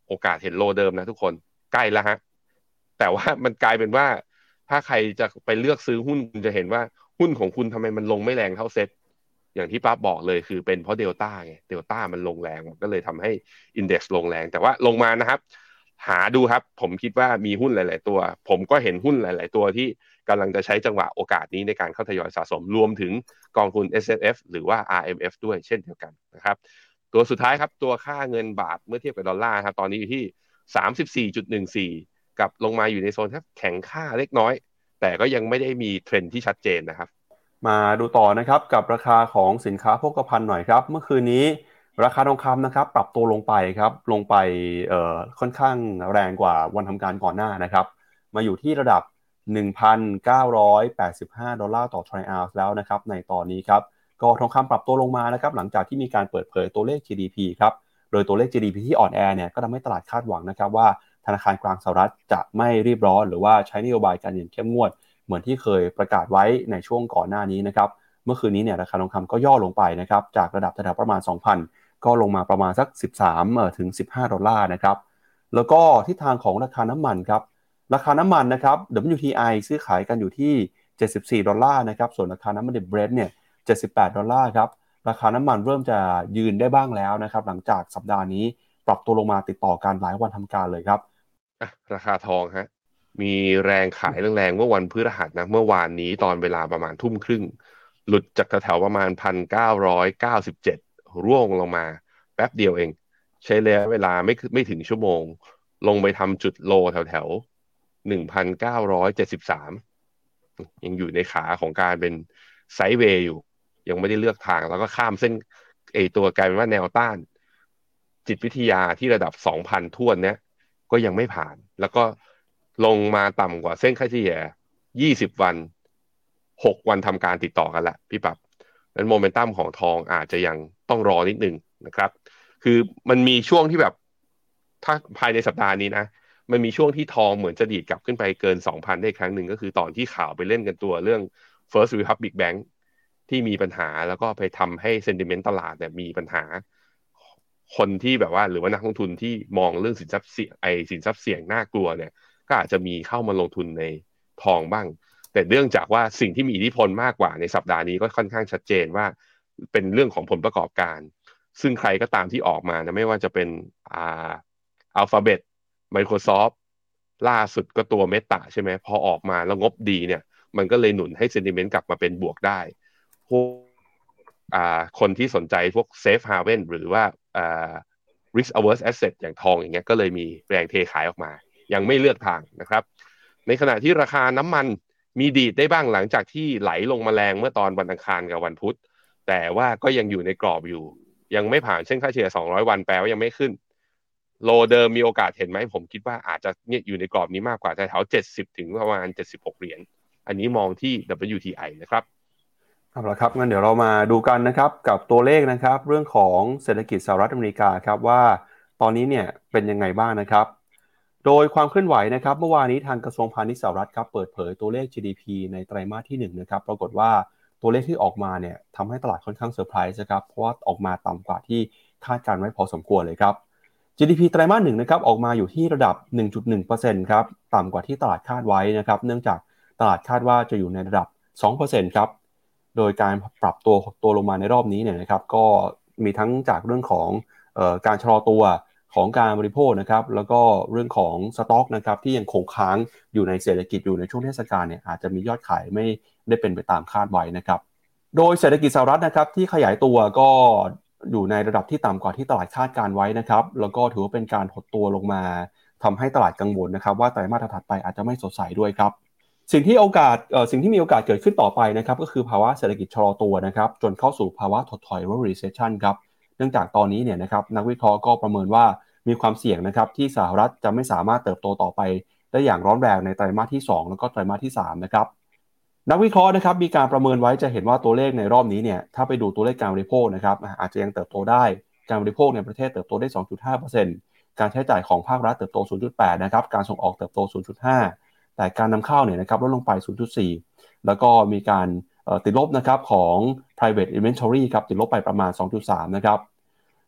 โอกาสเห็นโลเดิมนะทุกคนใกล้แล้วฮะแต่ว่ามันกลายเป็นว่าถ้าใครจะไปเลือกซื้อหุ้นคุณจะเห็นว่าหุ้นของคุณทำไมมันลงไม่แรงเท่าเซ็ตอย่างที่ป้าบอกเลยคือเป็นเพราะเดลต้าไงเดลต้ามันลงแรงมันก็เลยทำให้อินเด็กซ์ลงแรงแต่ว่าลงมานะครับหาดูครับผมคิดว่ามีหุ้นหลายๆตัวผมก็เห็นหุ้นหลายๆตัวที่กำลังจะใช้จังหวะโอกาสนี้ในการเข้าทยอยสะสมรวมถึงกองทุน เอส แอนด์ เอฟ หรือว่า อาร์ เอ็ม เอฟ ด้วยเช่นเดียวกันนะครับตัวสุดท้ายครับตัวค่าเงินบาทเมื่อเทียบกับดอลลาร์ครับตอนนี้อยู่ที่ สามสิบสี่จุดหนึ่งสี่ กับลงมาอยู่ในโซนครับแข็งค่าเล็กน้อยแต่ก็ยังไม่ได้มีเทรนด์ที่ชัดเจนนะครับมาดูต่อนะครับกับราคาของสินค้าโภคภัณฑ์หน่อยครับเมื่อคืนนี้ราคาทองคำนะครับปรับตัวลงไปครับลงไปเอ่อค่อนข้างแรงกว่าวันทำการก่อนหน้านะครับมาอยู่ที่ระดับ หนึ่งพันเก้าร้อยแปดสิบห้า ดอลลาร์ต่อทรัลล์แล้วนะครับในตอนนี้ครับก็ทองคำปรับตัวลงมานะครับหลังจากที่มีการเปิดเผยตัวเลข จี ดี พี ครับโดยตัวเลข จี ดี พี ที่อ่อนแอเนี่ยก็ทำให้ตลาดคาดหวังนะครับว่าธนาคารกลางสหรัฐจะไม่รีบร้อนหรือว่าใช้นโยบายการเงินเข้มงวดเหมือนที่เคยประกาศไว้ในช่วงก่อนหน้านี้นะครับเมื่อคืนนี้เนี่ยราคาทองคำก็ย่อลงไปนะครับจากระดับแถวๆประมาณ สองพัน ก็ลงมาประมาณสักสิบสามเอ่อถึงสิบห้าดอลลาร์นะครับแล้วก็ทิศทางของราคาน้ำมันครับราคาน้ำมันนะครับ ดับเบิลยู ที ไอ ซื้อขายกันอยู่ที่เจ็ดสิบสี่ดอลลาร์นะครับส่วนราคาน้ำมันดิบ Brent เนี่ยเจ็ดสิบแปดดอลลาร์ครับราคาน้ำมันเริ่มจะยืนได้บ้างแล้วนะครับหลังจากสัปดาห์นี้ปรับตัวลงมาติดต่อกันหลายวันทำการเลยครับอ่ะราคาทองฮะมีแรงขายแรงๆเมื่อวันพฤหัสนะเมื่อวานนี้ตอนเวลาประมาณทุ่มครึ่งหลุดจากแถวๆประมาณ หนึ่งพันเก้าร้อยเก้าสิบเจ็ด ร่วงลงมาแป๊บเดียวเองใช้ระยะเวลาไม่ไม่ถึงชั่วโมงลงไปทำจุดโลแถวๆหนึ่งพันเก้าร้อยเจ็ดสิบสามยังอยู่ในขาของการเป็นไซด์เวย์อยู่ยังไม่ได้เลือกทางแล้วก็ข้ามเส้นไอตัวกลายเป็นว่าแนวต้านจิตวิทยาที่ระดับ สองพัน ถ้วนเนี้ยก็ยังไม่ผ่านแล้วก็ลงมาต่ำกว่าเส้นค่าเฉลี่ยยี่สิบวันหกวันทำการติดต่อกันละพี่ปับนั้นโมเมนตัมของทองอาจจะยังต้องรอนิดนึงนะครับคือมันมีช่วงที่แบบถ้าภายในสัปดาห์นี้นะมันมีช่วงที่ทองเหมือนจะดีดกลับขึ้นไปเกิน สองพัน ได้ครั้งหนึ่งก็คือตอนที่ข่าวไปเล่นกันตัวเรื่อง First Republic Bank ที่มีปัญหาแล้วก็ไปทำให้เซนติเมนต์ตลาดเนี่ยมีปัญหาคนที่แบบว่าหรือว่านักลงทุนที่มองเรื่องสินทรัพย์เสี่ยงไอสินทรัพย์เสี่ยงน่ากลัวเนี่ยก็อาจจะมีเข้ามาลงทุนในทองบ้างแต่เนื่องจากว่าสิ่งที่มีอิทธิพลมากกว่าในสัปดาห์นี้ก็ค่อนข้างชัดเจนว่าเป็นเรื่องของผลประกอบการซึ่งใครก็ตามที่ออกมานะไม่ว่าจะเป็นอ่า Alphabet Microsoft ล่าสุดก็ตัว Meta ใช่ไหมพอออกมาแล้วงบดีเนี่ยมันก็เลยหนุนให้เซนติเมนต์กลับมาเป็นบวกได้พวกอ่าคนที่สนใจพวก Safe Haven หรือว่าอ่า risk averse asset อย่างทองอย่างเงี้ยก็เลยมีแรงเทขายออกมายังไม่เลือกทางนะครับในขณะที่ราคาน้ำมันมีดีดได้บ้างหลังจากที่ไหลลงมาแรงเมื่อตอนวันอังคารกับวันพุธแต่ว่าก็ยังอยู่ในกรอบอยู่ยังไม่ผ่านเส้นค่าเฉลี่ยสองร้อยวันแปลว่ายังไม่ขึ้นโลเดิมมีโอกาสเห็นไหมผมคิดว่าอาจจะเนี่ยอยู่ในกรอบนี้มากกว่าแถวๆเจ็ดสิบถึงประมาณเจ็ดสิบหกเหรียญอันนี้มองที่ ดับเบิลยู ที ไอ นะครับเอาละครับงั้นเดี๋ยวเรามาดูกันนะครับกับตัวเลขนะครับเรื่องของเศรษฐกิจสหรัฐอเมริกาครับว่าตอนนี้เนี่ยเป็นยังไงบ้างนะครับโดยความเคลื่อนไหวนะครับเมื่อวานนี้ทางกระทรวงพาณิชย์สหรัฐครับเปิดเผยตัวเลข จี ดี พี ในไตรมาสที่หนึ่งนะครับปรากฏว่าตัวเลขที่ออกมาเนี่ยทำให้ตลาดค่อนข้างเซอร์ไพรส์นะครับเพราะว่าออกมาต่ำกว่าที่คาดการไว้พอสมควรเลยครับ จี ดี พี ไตรมาสหนึ่งนะครับออกมาอยู่ที่ระดับ หนึ่งจุดหนึ่งเปอร์เซ็นต์ ครับต่ำกว่าที่ตลาดคาดไว้นะครับเนื่องจากตลาดคาดว่าจะอยู่ในระดับ สองเปอร์เซ็นต์ ครับโดยการปรับตัวตัวลงมาในรอบนี้เนี่ยนะครับก็มีทั้งจากเรื่องของเอ่อการชะลอตัวของการบริโภคนะครับแล้วก็เรื่องของสต็อกนะครับที่ยังคงค้างอยู่ในเศรษฐกิจอยู่ในช่วงเทศกาลเนี่ยอาจจะมียอดขายไม่ได้เป็นไปตามคาดไว้นะครับโดยเศรษฐกิจสหรัฐนะครับที่ขยายตัวก็อยู่ในระดับที่ต่ำกว่าที่ตลาดคาดการไว้นะครับแล้วก็ถือว่าเป็นการหดตัวลงมาทำให้ตลาดกังวลนะครับว่าไตรมาสถัดไปอาจจะไม่สดใสด้วยครับสิ่งที่โอกาสเอ่อสิ่งที่มีโอกาสเกิดขึ้นต่อไปนะครับก็คือภาวะเศรษฐกิจชะลอตัวนะครับจนเข้าสู่ภาวะถดถอยหรือว่า recession ครับเนื่องจากตอนนี้เนี่ยนะครับนักวิเคราะห์ก็ประเมินว่ามีความเสี่ยงนะครับที่สหรัฐจะไม่สามารถเติบโตต่อไปได้อย่างร้อนแรงในไตรมาสที่สองแล้วก็ไตรมาสที่สามนะครับนักวิเคราะห์นะครับมีการประเมินไว้จะเห็นว่าตัวเลขในรอบนี้เนี่ยถ้าไปดูตัวเลขการบริโภคนะครับอาจจะยังเติบโตได้การบริโภคในประเทศเติบโตได้ สองจุดห้าเปอร์เซ็นต์ การใช้จ่ายของภาครัฐเติบโต ศูนย์จุดแปด นะครับการส่งออกเติบโต ศูนย์จุดห้า แต่การนำเข้าเนี่ยนะครับลดลงไป ศูนย์จุดสี่ แล้วก็มีการติดลบนะครับของ private inventory ครับติดลบไปประมาณ สองจุดสาม นะครับ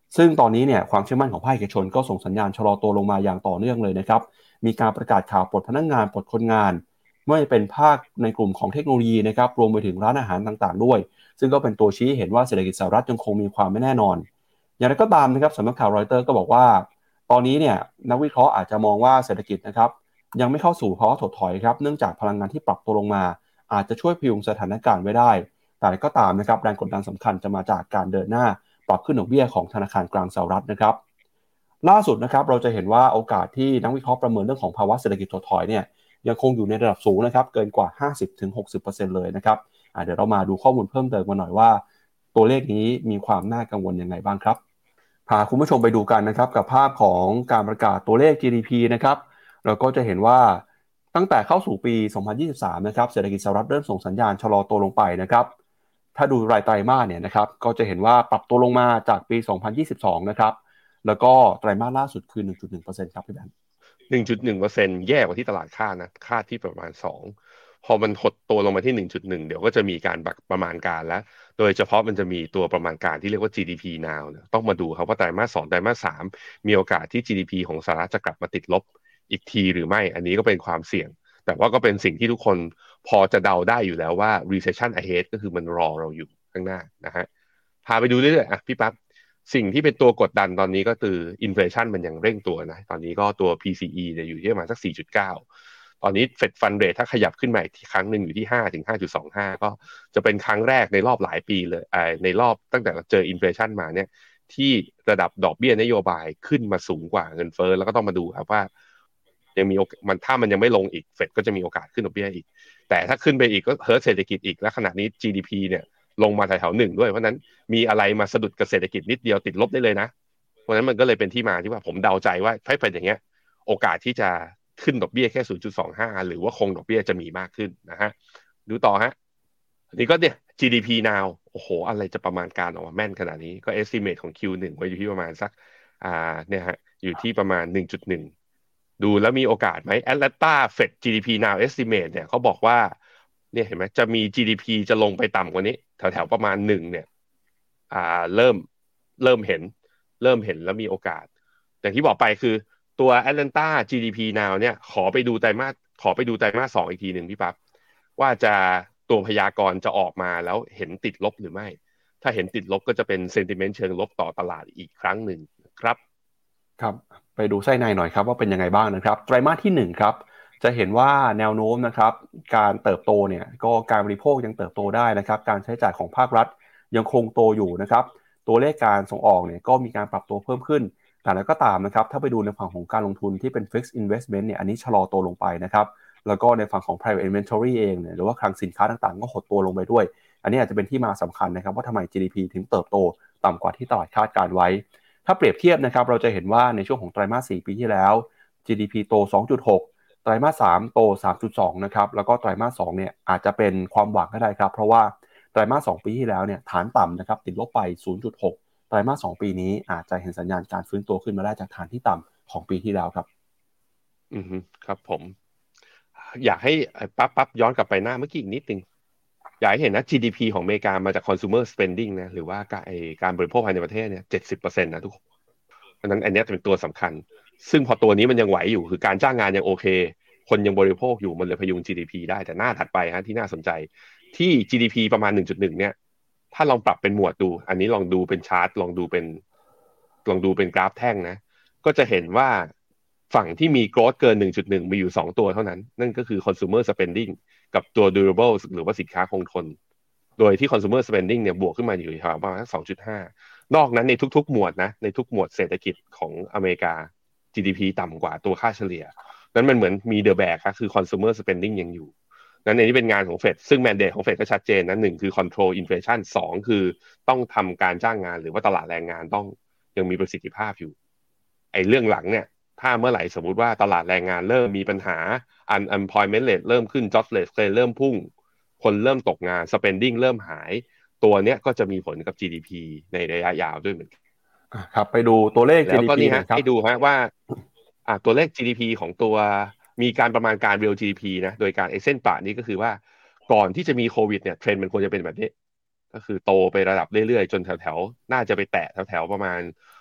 ซึ่งตอนนี้เนี่ยความเชื่อมั่นของภาคเอกชนก็ส่งสัญญาณชะลอตัวลงมาอย่างต่อเนื่องเลยนะครับมีการประกาศข่าวปลดพนักงานปลดคนงานไม่ว่าจะเป็นภาคในกลุ่มของเทคโนโลยีนะครับรวมไปถึงร้านอาหารต่างๆด้วยซึ่งก็เป็นตัวชี้เห็นว่าเศรษฐกิจสหรัฐยังคงมีความไม่แน่นอนอย่างไรก็ตามนะครับสำนักข่าวรอยเตอร์ก็บอกว่าตอนนี้เนี่ยนักวิเคราะห์อาจจะมองว่าเศรษฐกิจนะครับยังไม่เข้าสู่ภาวะถดถอยครับเนื่องจากพลังงานที่ปรับตัวลงมาอาจจะช่วยพยุงสถานการณ์ไว้ได้แต่ก็ตามนะครับแรงกดดันสำคัญจะมาจากการเดินหน้าปรับขึ้นดอกเบี้ยของธนาคารกลางสหรัฐนะครับล่าสุดนะครับเราจะเห็นว่าโอกาสที่นักวิเคราะห์ประเมินเรื่องของภาวะเศรษฐกิจถดถอยเนี่ยยังคงอยู่ในระดับสูงนะครับเกินกว่า ห้าสิบถึงหกสิบเปอร์เซ็นต์ เลยนะครับเดี๋ยวเรามาดูข้อมูลเพิ่มเติมกันหน่อยว่าตัวเลขนี้มีความน่ากังวลยังไงบ้างครับพาคุณผู้ชมไปดูกันนะครับกับภาพของการประกาศตัวเลข จี ดี พี นะครับเราก็จะเห็นว่าตั้งแต่เข้าสู่ปี สองพันยี่สิบสาม นะครับเศรษฐกิจสหรัฐเริ่มส่งสัญญาณชะลอตัวลงไปนะครับถ้าดูรายไตรมาสเนี่ยนะครับก็จะเห็นว่าปรับตัวลงมาจากปี สองพันยี่สิบสอง นะครับแล้วก็ไตรมาสล่าสุดคือ หนึ่งจุดหนึ่งเปอร์เซ็นต์ ครับพี่แบงค์หนึ่งจุดหนึ่งเปอร์เซ็นต์ แย่กว่าที่ตลาดคาดนะคาดที่ประมาณสองพอมันหดตัวลงมาที่ หนึ่งจุดหนึ่ง เดี๋ยวก็จะมีการประมาณการแล้วโดยเฉพาะมันจะมีตัวประมาณการที่เรียกว่า จี ดี พี now เนี่ยต้องมาดูครับว่าไตรมาสสองไตรมาสสามมีโอกาสที่ จี ดี พี ของสหรัฐจะกลับมาติดลบอีกทีหรือไม่อันนี้ก็เป็นความเสี่ยงแต่ว่าก็เป็นสิ่งที่ทุกคนพอจะเดาได้อยู่แล้วว่า recession ahead ก็คือมันรอเราอยู่ข้างหน้านะฮะพาไปดูเรื่อยๆอ่ะพี่ปั๊บสิ่งที่เป็นตัวกดดันตอนนี้ก็คืออินเฟลชันมันยังเร่งตัวนะตอนนี้ก็ตัว พี ซี อี เนี่ยอยู่ที่ประมาณสัก สี่จุดเก้า ตอนนี้ Fed Fund Rate ถ้าขยับขึ้นมาอีกครั้งหนึ่งอยู่ที่ ห้าถึงห้าจุดสองห้า ก็จะเป็นครั้งแรกในรอบหลายปีเลยในรอบตั้งแต่เจออินเฟลชันมาเนี่ยที่ระดับดอกเบี้ยนโยบายขึ้นมาสูงกว่าเงินเฟ้อแล้วก็ต้องมาดูครับว่ายังมีมันถ้ามันยังไม่ลงอีกเฟดก็จะมีโอกาสขึ้นดอกเบี้ยอีกแต่ถ้าขึ้นไปอีกก็เฮิร์ตเศรษฐกิจอีกและขณะนี้ จี ดี พี เนี่ยลงมาแถวๆหนึ่งด้วยเพราะนั้นมีอะไรมาสะดุดกับเศรษฐกิจนิดเดียวติดลบได้เลยนะเพราะนั้นมันก็เลยเป็นที่มาที่ว่าผมเดาใจว่าถ้าเป็นอย่างเงี้ยโอกาสที่จะขึ้นดอกเบี้ยแค่ ศูนย์จุดสองห้า หรือว่าคงดอกเบี้ยจะมีมากขึ้นนะฮะดูต่อฮะอันนี้ก็เนี่ย จี ดี พี now โอ้โหอะไรจะประมาณการออกมาแม่นขนาดนี้ก็ estimate ของ คิว หนึ่ง ไว้อยู่ที่ประมาณสักอ่าเนี่ยฮะอยู่ที่ประมาณ หนึ่งจุดหนึ่ง ดูแล้วมีโอกาสไหม Atlanta Fed จี ดี พี now estimate เนี่ยเขาบอกว่าเนี่ยเห็นไหมจะมี จี ดี พี จะลงไปต่ำกว่านี้แถวๆประมาณหนึ่งเนี่ยอ่าเริ่มเริ่มเห็นเริ่มเห็นแล้วมีโอกาสอย่างที่บอกไปคือตัว Atlanta จี ดี พี now เนี่ยขอไปดูไตรมาสขอไปดูไตรมาสสองอีกทีหนึ่งพี่ปั๊บว่าจะตัวพยากรณ์จะออกมาแล้วเห็นติดลบหรือไม่ถ้าเห็นติดลบก็จะเป็น sentiment เชิงลบต่อตลาดอีกครั้งหนึ่งครับครับไปดูไส้ในหน่อยครับว่าเป็นยังไงบ้างนะครับไตรมาสที่หนึ่งครับจะเห็นว่าแนวโน้มนะครับการเติบโตเนี่ยก็การบริโภคยังเติบโตได้นะครับการใช้จ่ายของภาครัฐยังคงโตอยู่นะครับตัวเลขการส่งออกเนี่ยก็มีการปรับตัวเพิ่มขึ้นแต่แล้วก็ตามนะครับถ้าไปดูในฝั่งของการลงทุนที่เป็น fixed investment เนี่ยอันนี้ชะลอตัวลงไปนะครับแล้วก็ในฝั่งของ private inventory เองเนี่ยหรือว่าคลังสินค้าต่างๆก็หดตัวลงไปด้วยอันนี้อาจจะเป็นที่มาสำคัญนะครับว่าทำไม จี ดี พี ถึงเติบโตต่ำกว่าที่ตลาดคาดการไว้ถ้าเปรียบเทียบนะครับเราจะเห็นว่าในช่วงของไตรมาสสี่ปีที่แล้ว จี ดี พี โต สองจุดหก ไตรมาสสามโต สามจุดสอง นะครับแล้วก็ไตรมาสสองเนี่ยอาจจะเป็นความหวังก็ได้ครับเพราะว่าไตรมาสสองปีที่แล้วเนี่ยฐานต่ำนะครับติดลบไป ศูนย์จุดหก ไตรมาสสองปีนี้อาจจะเห็นสัญญาณการฟื้นตัวขึ้นมาได้จากฐานที่ต่ำของปีที่แล้วครับอือฮึครับผมอยากให้ปั๊บปั๊บย้อนกลับไปหน้าเมื่อกี้อีกนิดนึงอยากให้เห็นนะ จี ดี พี ของอเมริกามาจาก consumer spending นะหรือว่าการการบริโภคภายในประเทศเนี่ย เจ็ดสิบเปอร์เซ็นต์ นะทุกคนเพราะนั้นอันนี้เป็นตัวสำคัญซึ่งพอตัวนี้มันยังไหวอยู่คือการจ้างงานยังโอเคคนยังบริโภคอยู่มันเลยพยุง จี ดี พี ได้แต่หน้าถัดไปฮะที่น่าสนใจที่ จี ดี พี ประมาณ หนึ่งจุดหนึ่ง เนี่ยถ้าลองปรับเป็นหมวดดูอันนี้ลองดูเป็นชาร์ตลองดูเป็นลองดูเป็นกราฟแท่งนะก็จะเห็นว่าฝั่งที่มี growth เกิน หนึ่งจุดหนึ่ง มีอยู่สองตัวเท่านั้นนั่นก็คือ consumer spending กับตัว durable หรือว่าสินค้าคงทนโดยที่ consumer spending เนี่ยบวกขึ้นมาอยู่ที่ประมาณ สองจุดห้า นอกนั้นในทุกๆหมวดนะในทุกหมวดเศรษฐกิจของอเมริกา จี ดี พี ต่ำกว่าตัวค่าเฉลี่ยนั้นมันเหมือนมี the back ครับคือ consumer spending ยังอยู่นั้นในนี้เป็นงานของเฟดซึ่ง mandate ของเฟดก็ชัดเจนนะหนึ่งคือ control inflation สองคือต้องทำการจ้างงานหรือว่าตลาดแรงงานต้องยังมีประสิทธิภาพอยู่ไอ้เรื่องหลังเนี่ยถ้าเมื่อไหร่สมมุติว่าตลาดแรงงานเริ่มมีปัญหา unemployment rate เริ่มขึ้น jobless rate เริ่มพุ่งคนเริ่มตกงาน spending เริ่มหายตัวเนี้ยก็จะมีผลกับ จี ดี พี ในระยะยาวด้วยเหมือนกันครับไปดูตัวเลขแล้วจี ดีก็พีนี่ฮะครับให้ดูฮะว่าอ่าตัวเลข จี ดี พี ของตัวมีการประมาณการ real จี ดี พี นะโดยการไอ้เส้นประนี้ก็คือว่าก่อนที่จะมีโควิดเนี่ยเทรนด์มันควรจะเป็นแบบนี้ก็คือโตไประดับเรื่อยๆจนแถวๆน่าจะไปแตะแถวๆประมาณ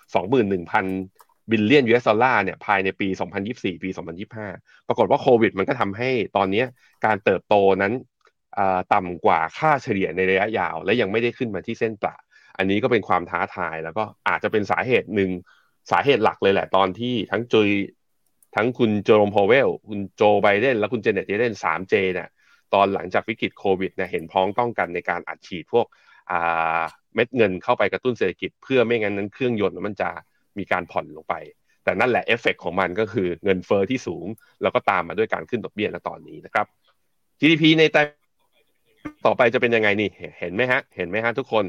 สองหมื่นหนึ่งพัน บิลเลียน ยู เอส ดอลลาร์เนี่ยภายในปี สองพันยี่สิบสี่ ปี สองพันยี่สิบห้า ปรากฏว่าโควิดมันก็ทำให้ตอนนี้การเติบโตนั้นต่ำกว่าค่าเฉลี่ยในระยะยาวและยังไม่ได้ขึ้นมาที่เส้นประอันนี้ก็เป็นความท้าทายแล้วก็อาจจะเป็นสาเหตุหนึ่งสาเหตุหลักเลยแหละตอนที่ทั้งจุยทั้งคุณโจโรม พาวเวลคุณโจไบเดนและคุณเจเน็ตเยเลน ทรี เจ เนี่ยตอนหลังจากวิกฤตโควิดเนี่ยเห็นพ้องต้องกันในการอัดฉีดพวกเม็ดเงินเข้าไปกระตุ้นเศรษฐกิจเพื่อไม่งั้นนั้นเครื่องยนต์มันจะมีการผ่อนลงไปแต่นั่นแหละเอฟเฟกต์ของมันก็คือเงินเฟ้อที่สูงแล้วก็ตามมาด้วยการขึ้นดอกเบี้ยณตอนนี้นะครับ จี ดี พี ในไตรต่อไปจะเป็นยังไงนี่เห็นไหมฮะเห็นไหมฮะทุกคน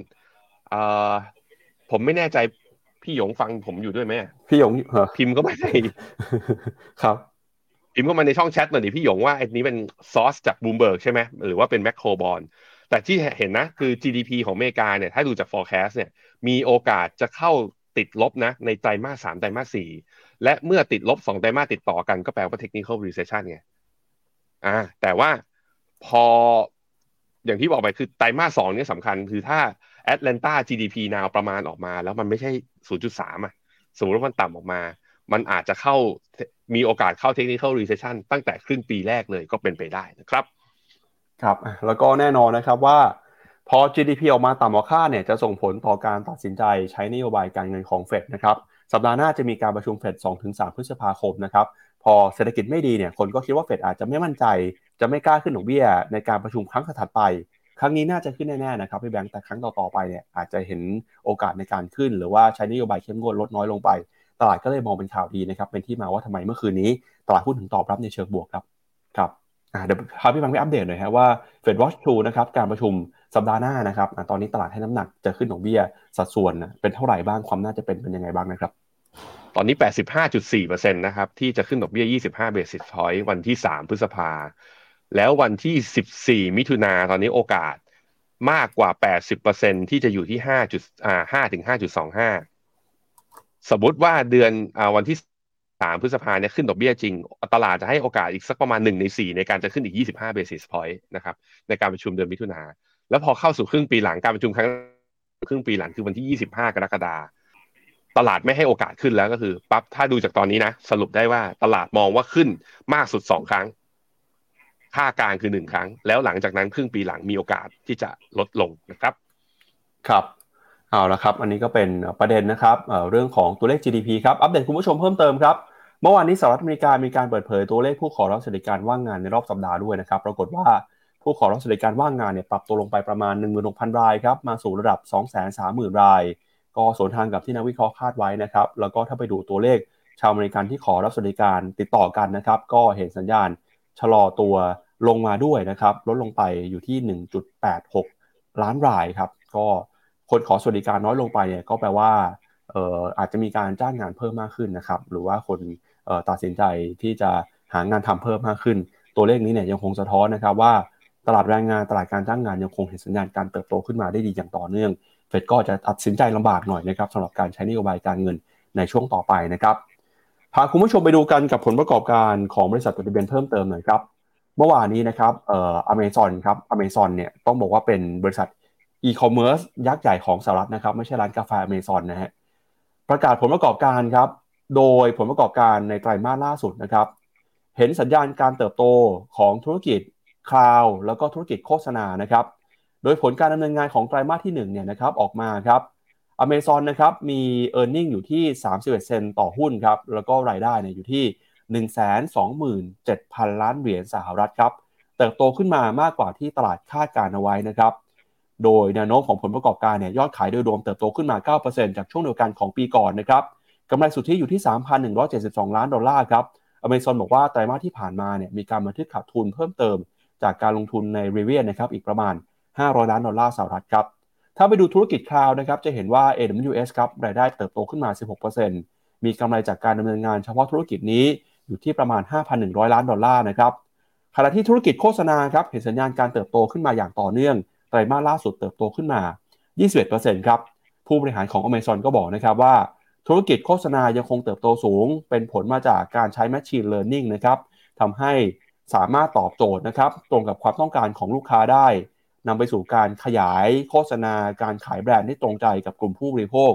ผมไม่แน่ใจพี่หยงฟังผมอยู่ด้วยไหมพี่หยงพิมพ์ก็มาในครับพิมพ์เข้ามาในช่องแชทหน่อยดิพี่หยงว่าไอ้นี้เป็นซอสจาก Bloomberg ใช่ไหมหรือว่าเป็นแมคโครบอลแต่ที่เห็นนะคือ จี ดี พี ของอเมริกาเนี่ยถ้าดูจาก forecast เนี่ยมีโอกาสจะเข้าติดลบนะในไตรมาสสามไตรมาสสี่และเมื่อติดลบสองไตรมาสติดต่อกันก็แปลว่า technical recession ไงอ่าแต่ว่าพออย่างที่บอกไปคือไตรมาสสองเนี่ยสำคัญคือถ้า Atlanta จี ดี พี now ประมาณออกมาแล้วมันไม่ใช่ ศูนย์จุดสาม อ่ะสมมติว่ามันต่ำออกมามันอาจจะเข้ามีโอกาสเข้า technical recession ตั้งแต่ครึ่งปีแรกเลยก็เป็นไปได้นะครับครับแล้วก็แน่นอนนะครับว่าพอ จี ดี พี ออกมาต่ำกว่าคาดเนี่ยจะส่งผลต่อการตัดสินใจใช้นโยบายการเงินของเฟดนะครับสัปดาห์หน้าจะมีการประชุมเฟด สองถึงสาม พฤษภาคมนะครับพอเศรษฐกิจไม่ดีเนี่ยคนก็คิดว่าเฟดอาจจะไม่มั่นใจจะไม่กล้าขึ้นดอกเบี้ยในการประชุมครั้งถัดไปครั้งนี้น่าจะขึ้นแน่ๆนะครับพี่แบงค์แต่ครั้งต่อๆไปเนี่ยอาจจะเห็นโอกาสในการขึ้นหรือว่าใช้นโยบายเข้มงวดลดน้อยลงไปตลาดก็เลยมองเป็นข่าวดีนะครับเป็นที่มาว่าทำไมเมื่อคืนนี้ตลาดหุ้นถึงตอบรับในเชิงบวกครับครับเดี๋ยวพาพี่บังไปอัปเดตหน่อยฮะว่า Fed Watch ทูนะครับการประชุมสัปดาห์หน้านะครับตอนนี้ตลาดให้น้ำหนักจะขึ้นดอกเบี้ยสัดส่วนเป็นเท่าไหร่บ้างความน่าจะเป็นเป็นยังไงบ้างนะครับตอนนี้ แปดสิบห้าจุดสี่เปอร์เซ็นต์ นะครับที่จะขึ้นดอกเบี้ยยี่สิบห้า basis point วันที่สามพฤษภาแล้ววันที่สิบสี่มิถุนาตอนนี้โอกาสมากกว่า แปดสิบเปอร์เซ็นต์ ที่จะอยู่ที่5จุดอ่าห้าถึงห้าจุดสองห้า สมมุติว่าเดือนอ่าวันที่สามพฤษภาเนี่ยขึ้นดอกเบี้ยจริงตลาดจะให้โอกาสอีกสักประมาณหนึ่งในสี่ในการจะขึ้นอีกยี่สิบห้า basis point นะครับในการประชุมเดือนมิถุนาแล้วพอเข้าสู่ครึ่งปีหลังการประชุมครั้งครึ่งปีหลังคือวันที่ยี่สิบห้ากรกฎาคมตลาดไม่ให้โอกาสขึ้นแล้วก็คือปั๊บถ้าดูจากตอนนี้นะสรุปได้ว่าตลาดมองว่าขึ้นมากสุดสองครั้งค่ากลางคือหนึ่งครั้งแล้วหลังจากนั้นครึ่งปีหลังมีโอกาสที่จะลดลงนะครับครับเอาละครับอันนี้ก็เป็นประเด็นนะครับ เอ่อ เรื่องของตัวเลข จี ดี พี ครับอัปเดตคุณผู้ชมเพิ่มเติมครับเมื่อวานนี้สหรัฐอเมริกามีการเปิดเผยตัวเลขผู้ขอรับสวัสดิการว่างงานในรอบสัปดาห์ด้วยนะครับปรากฏว่าผู้ขอรับสวัสดิการว่างงานเนี่ยปรับตัวลงไปประมาณ หนึ่งหมื่นหกพัน รายครับมาสู่ระดับ สองแสนสามหมื่น รายก็สวนทางกับที่นักวิเคราะห์คาดไว้นะครับแล้วก็ถ้าไปดูตัวเลขชาวอเมริกันที่ขอรับสวัสดิการติดต่อกันนะครับก็เห็นสัญญาณชะลอตัวลงมาด้วยนะครับลดลงไปอยู่ที่ หนึ่งจุดแปดหก ล้านรายครับก็คนขอสวัสดิการน้อยลงไปเนี่ยก็แปลว่าเอ่ออาจจะมีการจ้างงานเพิ่มมากขึ้นนะครับหรือว่าคนเอ่อตัดสินใจที่จะหางานทำเพิ่มมากขึ้นตัวเลขนี้เนี่ยยังคงสะท้อนนะครับว่าตลาดแรงงานตลาดการจ้างงานยังคงเห็นสัญญาณการเติบโตขึ้นมาได้ดีอย่างต่อเนื่องเฟดก็จะตัดสินใจลำบากหน่อยนะครับสำหรับการใช้นโยบายการเงินในช่วงต่อไปนะครับพาคุณผู้ชมไปดูกันกับผลประกอบการของบริษัทจดทะเบียนเพิ่มเติมหน่อยครับเมื่อวานนี้นะครับเอ่อ Amazon ครับ Amazon เนี่ยต้องบอกว่าเป็นบริษัทอีคอมเมิร์ซยักษ์ใหญ่ของสหรัฐนะครับไม่ใช่ร้านกาแฟ Amazon นะฮะประกาศผลประกอบการครับโดยผลประกอบการในไตรมาสล่าสุดนะครับเห็นสัญญาณการเติบโตของธุรกิจคลาวด์แล้วก็ธุรกิจโฆษณานะครับโดยผลการดำเนินงานของไตรมาสที่หนึ่งเนี่ยนะครับออกมาครับ Amazon นะครับมี earning อยู่ที่สามสิบเอ็ดเซนต์ต่อหุ้นครับแล้วก็รายได้เนี่ยอยู่ที่ หนึ่งแสนสองหมื่นเจ็ดพัน ล้านเหรียญสหรัฐครับเติบโตขึ้นมามากกว่าที่ตลาดคาดการเอาไว้นะครับโดยแนวโน้มของผลประกอบการเนี่ยยอดขายโดยรวมเติบโตขึ้นมา เก้าเปอร์เซ็นต์ จากช่วงเดียวกันของปีก่อนนะครับกำไรสุทธิอยู่ที่ สามพันหนึ่งร้อยเจ็ดสิบสอง ล้านดอลลาร์ครับ Amazon บอกว่าไตรมาสที่ผ่านมาเนี่ยมีการบันทึกขาดทุนเพิ่มเติมจากการลงทุนใน Rivian นะครับอีกประมาณห้าร้อยล้านดอลลาร์สหรัฐครับถ้าไปดูธุรกิจคลาวด์นะครับจะเห็นว่า เอ ดับเบิลยู เอส ครับรายได้เติบโตขึ้นมา สิบหกเปอร์เซ็นต์ มีกำไรจากการดำเนินงานเฉพาะธุรกิจนี้อยู่ที่ประมาณ ห้าพันหนึ่งร้อย ล้านดอลลาร์นะครับขณะที่ธุรกิจโฆษณาครับเห็นสัญญาณการเติบโตขึ้นมาอย่างต่อเนื่องไตรมาสล่าสุดเติบโตขึ้นมา ยี่สิบเอ็ดเปอร์เซ็นต์ ครับผู้บริหารของ Amazon ก็บอกนะครับว่าธุรกิจโฆษณายังคงเติบโตสูงเป็นผลมาจากการใช้ Machine Learning นะครับทำให้สามารถตอบโจทย์นะครับตรงกับความต้องการของลูกค้าได้นำไปสู่การขยายโฆษณาการขายแบรนด์ที่ตรงใจกับกลุ่มผู้บริโภค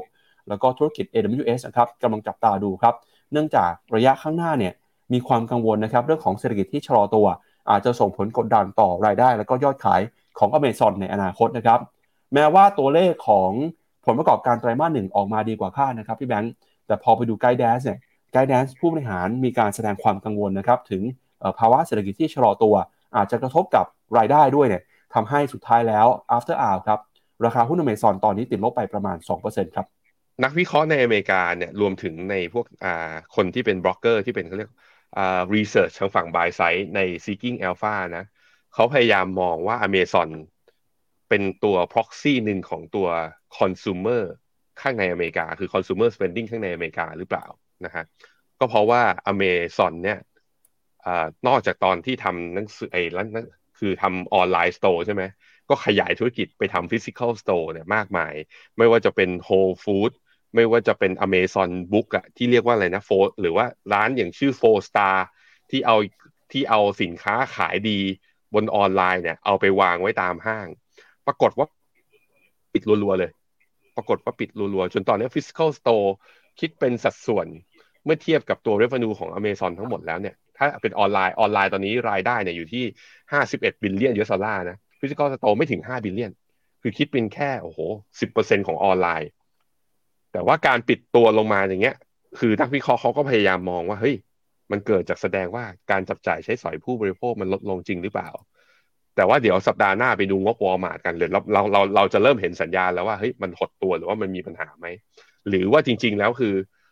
แล้วก็ธุรกิจ เอ ดับเบิลยู เอส นะครับกำลังจับตาดูครับเนื่องจากระยะข้างหน้าเนี่ยมีความกังวลนะครับเรื่องของเศรษฐกิจที่ชะลอตัวอาจจะส่งผลกดดันต่อรายได้แล้วก็ยอดขายของ Amazon ในอนาคตนะครับแม้ว่าตัวเลขของผลประกอบการไตรมาสหนึ่งออกมาดีกว่าคาดนะครับพี่แบงค์แต่พอไปดู Guidance เนี่ย Guidance ผู้บริหารมีการแสดงความกังวลนะครับถึงภาวะเศรษฐกิจที่ชะลอตัวอาจจะกระทบกับรายได้ด้วยเนี่ยทำให้สุดท้ายแล้ว after hour ครับราคาหุ้น Amazon ตอนนี้ติดลบไปประมาณ สองเปอร์เซ็นต์ ครับนักวิเคราะห์ในอเมริกาเนี่ยรวมถึงในพวกอ่าคนที่เป็นบล็อกเกอร์ที่เป็นเขาเรียกอ่า research ทางฝั่ง buy side ใน seeking alpha นะเขาพยายามมองว่า Amazon เป็นตัว proxy หนึ่งของตัว consumer ข้างในอเมริกาคือ consumer spending ข้างในอเมริกาหรือเปล่านะฮะก็เพราะว่า Amazon เนี่ยอ่านอกจากตอนที่ทำหนังสือไอ้แล้วคือทำออนไลน์สโตร์ใช่ไหมก็ขยายธุรกิจไปทำ physical store เนี่ยมากมายไม่ว่าจะเป็น Whole Foods ไม่ว่าจะเป็น Amazon Book อะที่เรียกว่าอะไรนะโฟหรือว่าร้านอย่างชื่อ Four Star ที่เอาที่เอาสินค้าขายดีบนออนไลน์เนี่ยเอาไปวางไว้ตามห้างปรากฏว่าปิดรัวๆเลยปรากฏว่าปิดรัวๆจนตอนนี้ Physical Store คิดเป็นสัดส่วนเมื่อเทียบกับตัว revenue ของ Amazon ทั้งหมดแล้วเนี่ยถ้าเป็นออนไลน์ออนไลน์ตอนนี้รายได้เนี่ยอยู่ที่ห้าสิบเอ็ดบิลเลียน ยู เอส ดอลลาร์นะ Physical Store ไม่ถึงห้าบิลเลียนคือคิดเป็นแค่โอ้โห สิบเปอร์เซ็นต์ ของออนไลน์แต่ว่าการปิดตัวลงมาอย่างเงี้ยคือนักวิเคราะห์เขาก็พยายามมองว่าเฮ้ยมันเกิดจากแสดงว่าการจับจ่ายใช้สอยผู้บริโภคมันลดลงจริงหรือเปล่าแต่ว่าเดี๋ยวสัปดาห์หน้าไปดูงบ Walmart กันเลยเราเราเราเราจะเริ่มเห็นสัญญาณแล้วว่าเฮ้ยมันหดตัวหรือว่ามันมีปัญหาไหมหรือว่าจริงๆแล้วคือ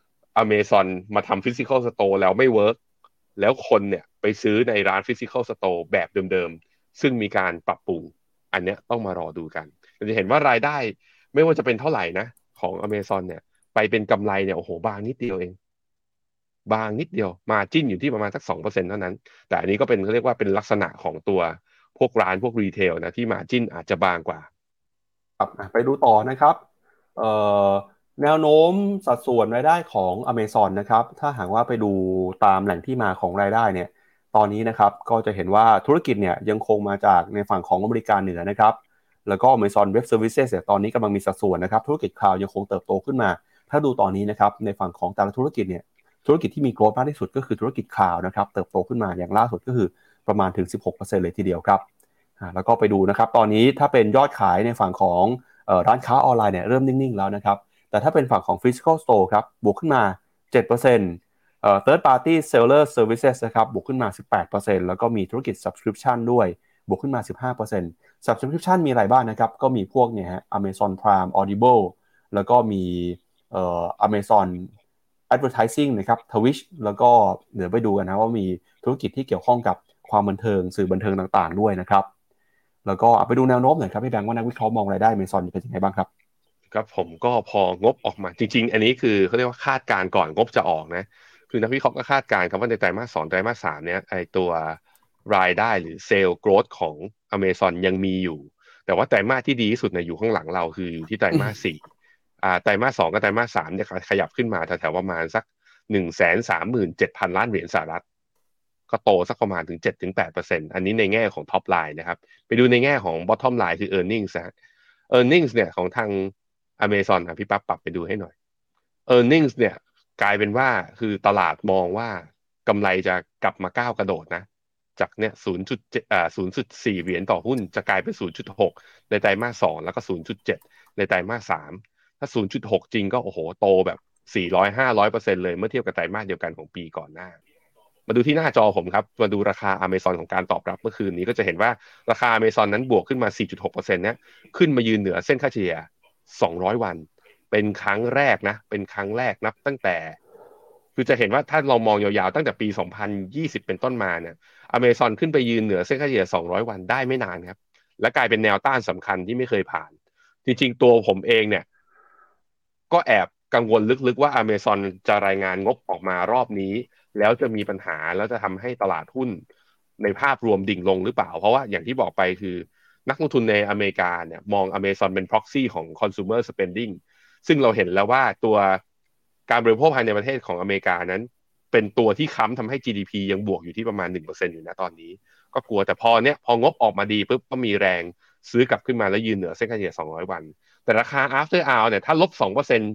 Amazon มาทำ Physical Store แล้วไม่เวิร์กแล้วคนเนี่ยไปซื้อในร้าน Physical Store แบบเดิมๆซึ่งมีการปรับปรุงอันเนี้ยต้องมารอดูกันเราจะเห็นว่ารายได้ไม่ว่าจะเป็นเท่าไหร่นะของ Amazon เนี่ยไปเป็นกำไรเนี่ยโอ้โหบางนิดเดียวเองบางนิดเดียวมาจิ้นอยู่ที่ประมาณสัก สองเปอร์เซ็นต์ เท่านั้นแต่อันนี้ก็เป็นเขาเรียกว่าเป็นลักษณะของตัวพวกร้านพวกรีเทลนะที่มาจิ้นอาจจะบางกว่าครับไปดูต่อนะครับเอ่อแนวโน้มสัดส่วนรายได้ของ Amazon นะครับถ้าหากว่าไปดูตามแหล่งที่มาของรายได้เนี่ยตอนนี้นะครับก็จะเห็นว่าธุรกิจเนี่ยยังคงมาจากในฝั่งของอเมริกาเหนือนะครับแล้วก็ Amazon Web Services เนี่ยตอนนี้กำลังมีสัดส่วนนะครับธุรกิจคลาวด์ยังคงเติบโตขึ้นมาถ้าดูตอนนี้นะครับในฝั่งของแต่ละธุรกิจเนี่ยธุรกิจที่มีโกรธมากที่สุดก็คือธุรกิจคลาวด์นะครับเติบโตขึ้นมาอย่างล่าสุดก็คือประมาณถึง สิบหกเปอร์เซ็นต์ เลยทีเดียวครับแล้วก็ไปดูนะครับตอนนี้ถ้าเป็นยอดขายในฝั่งของร้านค้าออนไลน์เนี่ยเริ่มนิ่งๆแล้วนะครับแต่ถ้าเป็นฝั่งของ Physical Store ครับบวกขึ้นมา เจ็ดเปอร์เซ็นต์ เอ่อ Third Party Seller Services นะครับบวกขึ้นมา สิบแปดเปอร์เซ็นต์ แล้วก็มีธุรกิจ Subscription ด้วยบวกขึ้นมา สิบห้าเปอร์เซ็นต์ Subscription มีอะไรบ้างนะครับก็มีพวกเนี่ยฮะ Amazon Prime Audible แล้วก็มีเอ่อ Amazon Advertising นะครับ Twitch แล้วก็เดี๋ยวไปดูกันนะว่ามีธุรกิจที่เกี่ยวข้องกับความบันเทิงสื่อบันเทิงต่างๆด้วยนะครับแล้วก็ไปดูแนวโน้มหน่อยครับพี่แบงค์ว่านักวิเคราะห์มองรายได้ Amazon เป็นยังไงบ้างครับครับผมก็พองบออกมาจริงๆอันนี้คือเขาเรียกว่าคาดการณ์ก่อนงบจะออกนะคือนักวิเคราะห์ก็คาดการณ์ครับว่าในไตรมาสสองไตรมาสสามเนี้ยไอตัวรายได้หรือเซลล์โกรธของ Amazon ยังมีอยู่แต่ว่าไตรมาสที่ดีที่สุดเนี่ยอยู่ข้างหลังเราคืออยู่ที่ไตรมาสสี่อ่าไตรมาสสองกับไตรมาสสามเนี่ยขยับขึ้นมาแถวๆประมาณสักหนึ่งแสนสามหมื่นเจ็ดพันล้านเหรียญสหรัฐก็โตสักประมาณถึง เจ็ดถึงแปดเปอร์เซ็นต์ อันนี้ในแง่ของท็อปไลน์นะครับไปดูในแง่ของ bottom line คือ earnings นะ earnings เนี่ยของทาง Amazon อ่ะพี่ปั๊บปรับไปดูให้หน่อย earnings เนี่ยกลายเป็นว่าคือตลาดมองว่ากำไรจะกลับมาก้าวกระโดดนะจากเนี่ยศูนย์จุดเจ็ดอ่าศูนย์จุดสี่เหรียญต่อหุ้นจะกลายเป็น ศูนย์จุดหก ในไตรมาสสองแล้วก็ ศูนย์จุดเจ็ด ในไตรมาสสามถ้า ศูนย์จุดหก จริงก็โอ้โหโตแบบสี่ร้อย ห้าร้อยเปอร์เซ็นต์เลยเมื่อเทียบกับไตรมาสเดียวกันของปีก่อนหน้ามาดูที่หน้าจอผมครับมาดูราคา Amazon ของการตอบรับเมื่อคืนนี้ก็จะเห็นว่าราคา Amazon นั้นบวกขึ้นมา สี่จุดหกเปอร์เซ็นต์ เนี่ยขึ้นมายืนเหนือเส้นค่าเฉลี่ยสองร้อยวันเป็นครั้งแรกนะเป็นครั้งแรกนับตั้งแต่คือจะเห็นว่าถ้าเรามองยาวๆตั้งแต่ปีสองพันยี่สิบเป็นต้นมาเนี่ย Amazon ขึ้นไปยืนเหนือเส้นค่าเฉลี่ยสองร้อยวันได้ไม่นานครับและกลายเป็นแนวต้านสำคัญที่ไม่เคยผ่านจริงๆตัวผมเองเนี่ยก็แอบกังวลลึกๆว่า Amazon จะรายงานงบออกมารอบนี้แล้วจะมีปัญหาแล้วจะทำให้ตลาดหุ้นในภาพรวมดิ่งลงหรือเปล่าเพราะว่าอย่างที่บอกไปคือนักลงทุนในอเมริกาเนี่ยมอง Amazon เป็น proxy ของ consumer spending ซึ่งเราเห็นแล้วว่าตัวการบริโภคภายในประเทศของอเมริกานั้นเป็นตัวที่ค้ำทำให้ จี ดี พี ยังบวกอยู่ที่ประมาณ หนึ่งเปอร์เซ็นต์ อยู่นะตอนนี้ก็กลัวแต่พอเนี้ยพองบออกมาดีปุ๊บก็มีแรงซื้อกลับขึ้นมาแล้วยืนเหนือเส้นค่าเฉลี่ยสองร้อยวันแต่ราคา after hour เนี่ยถ้าลบ สองเปอร์เซ็นต์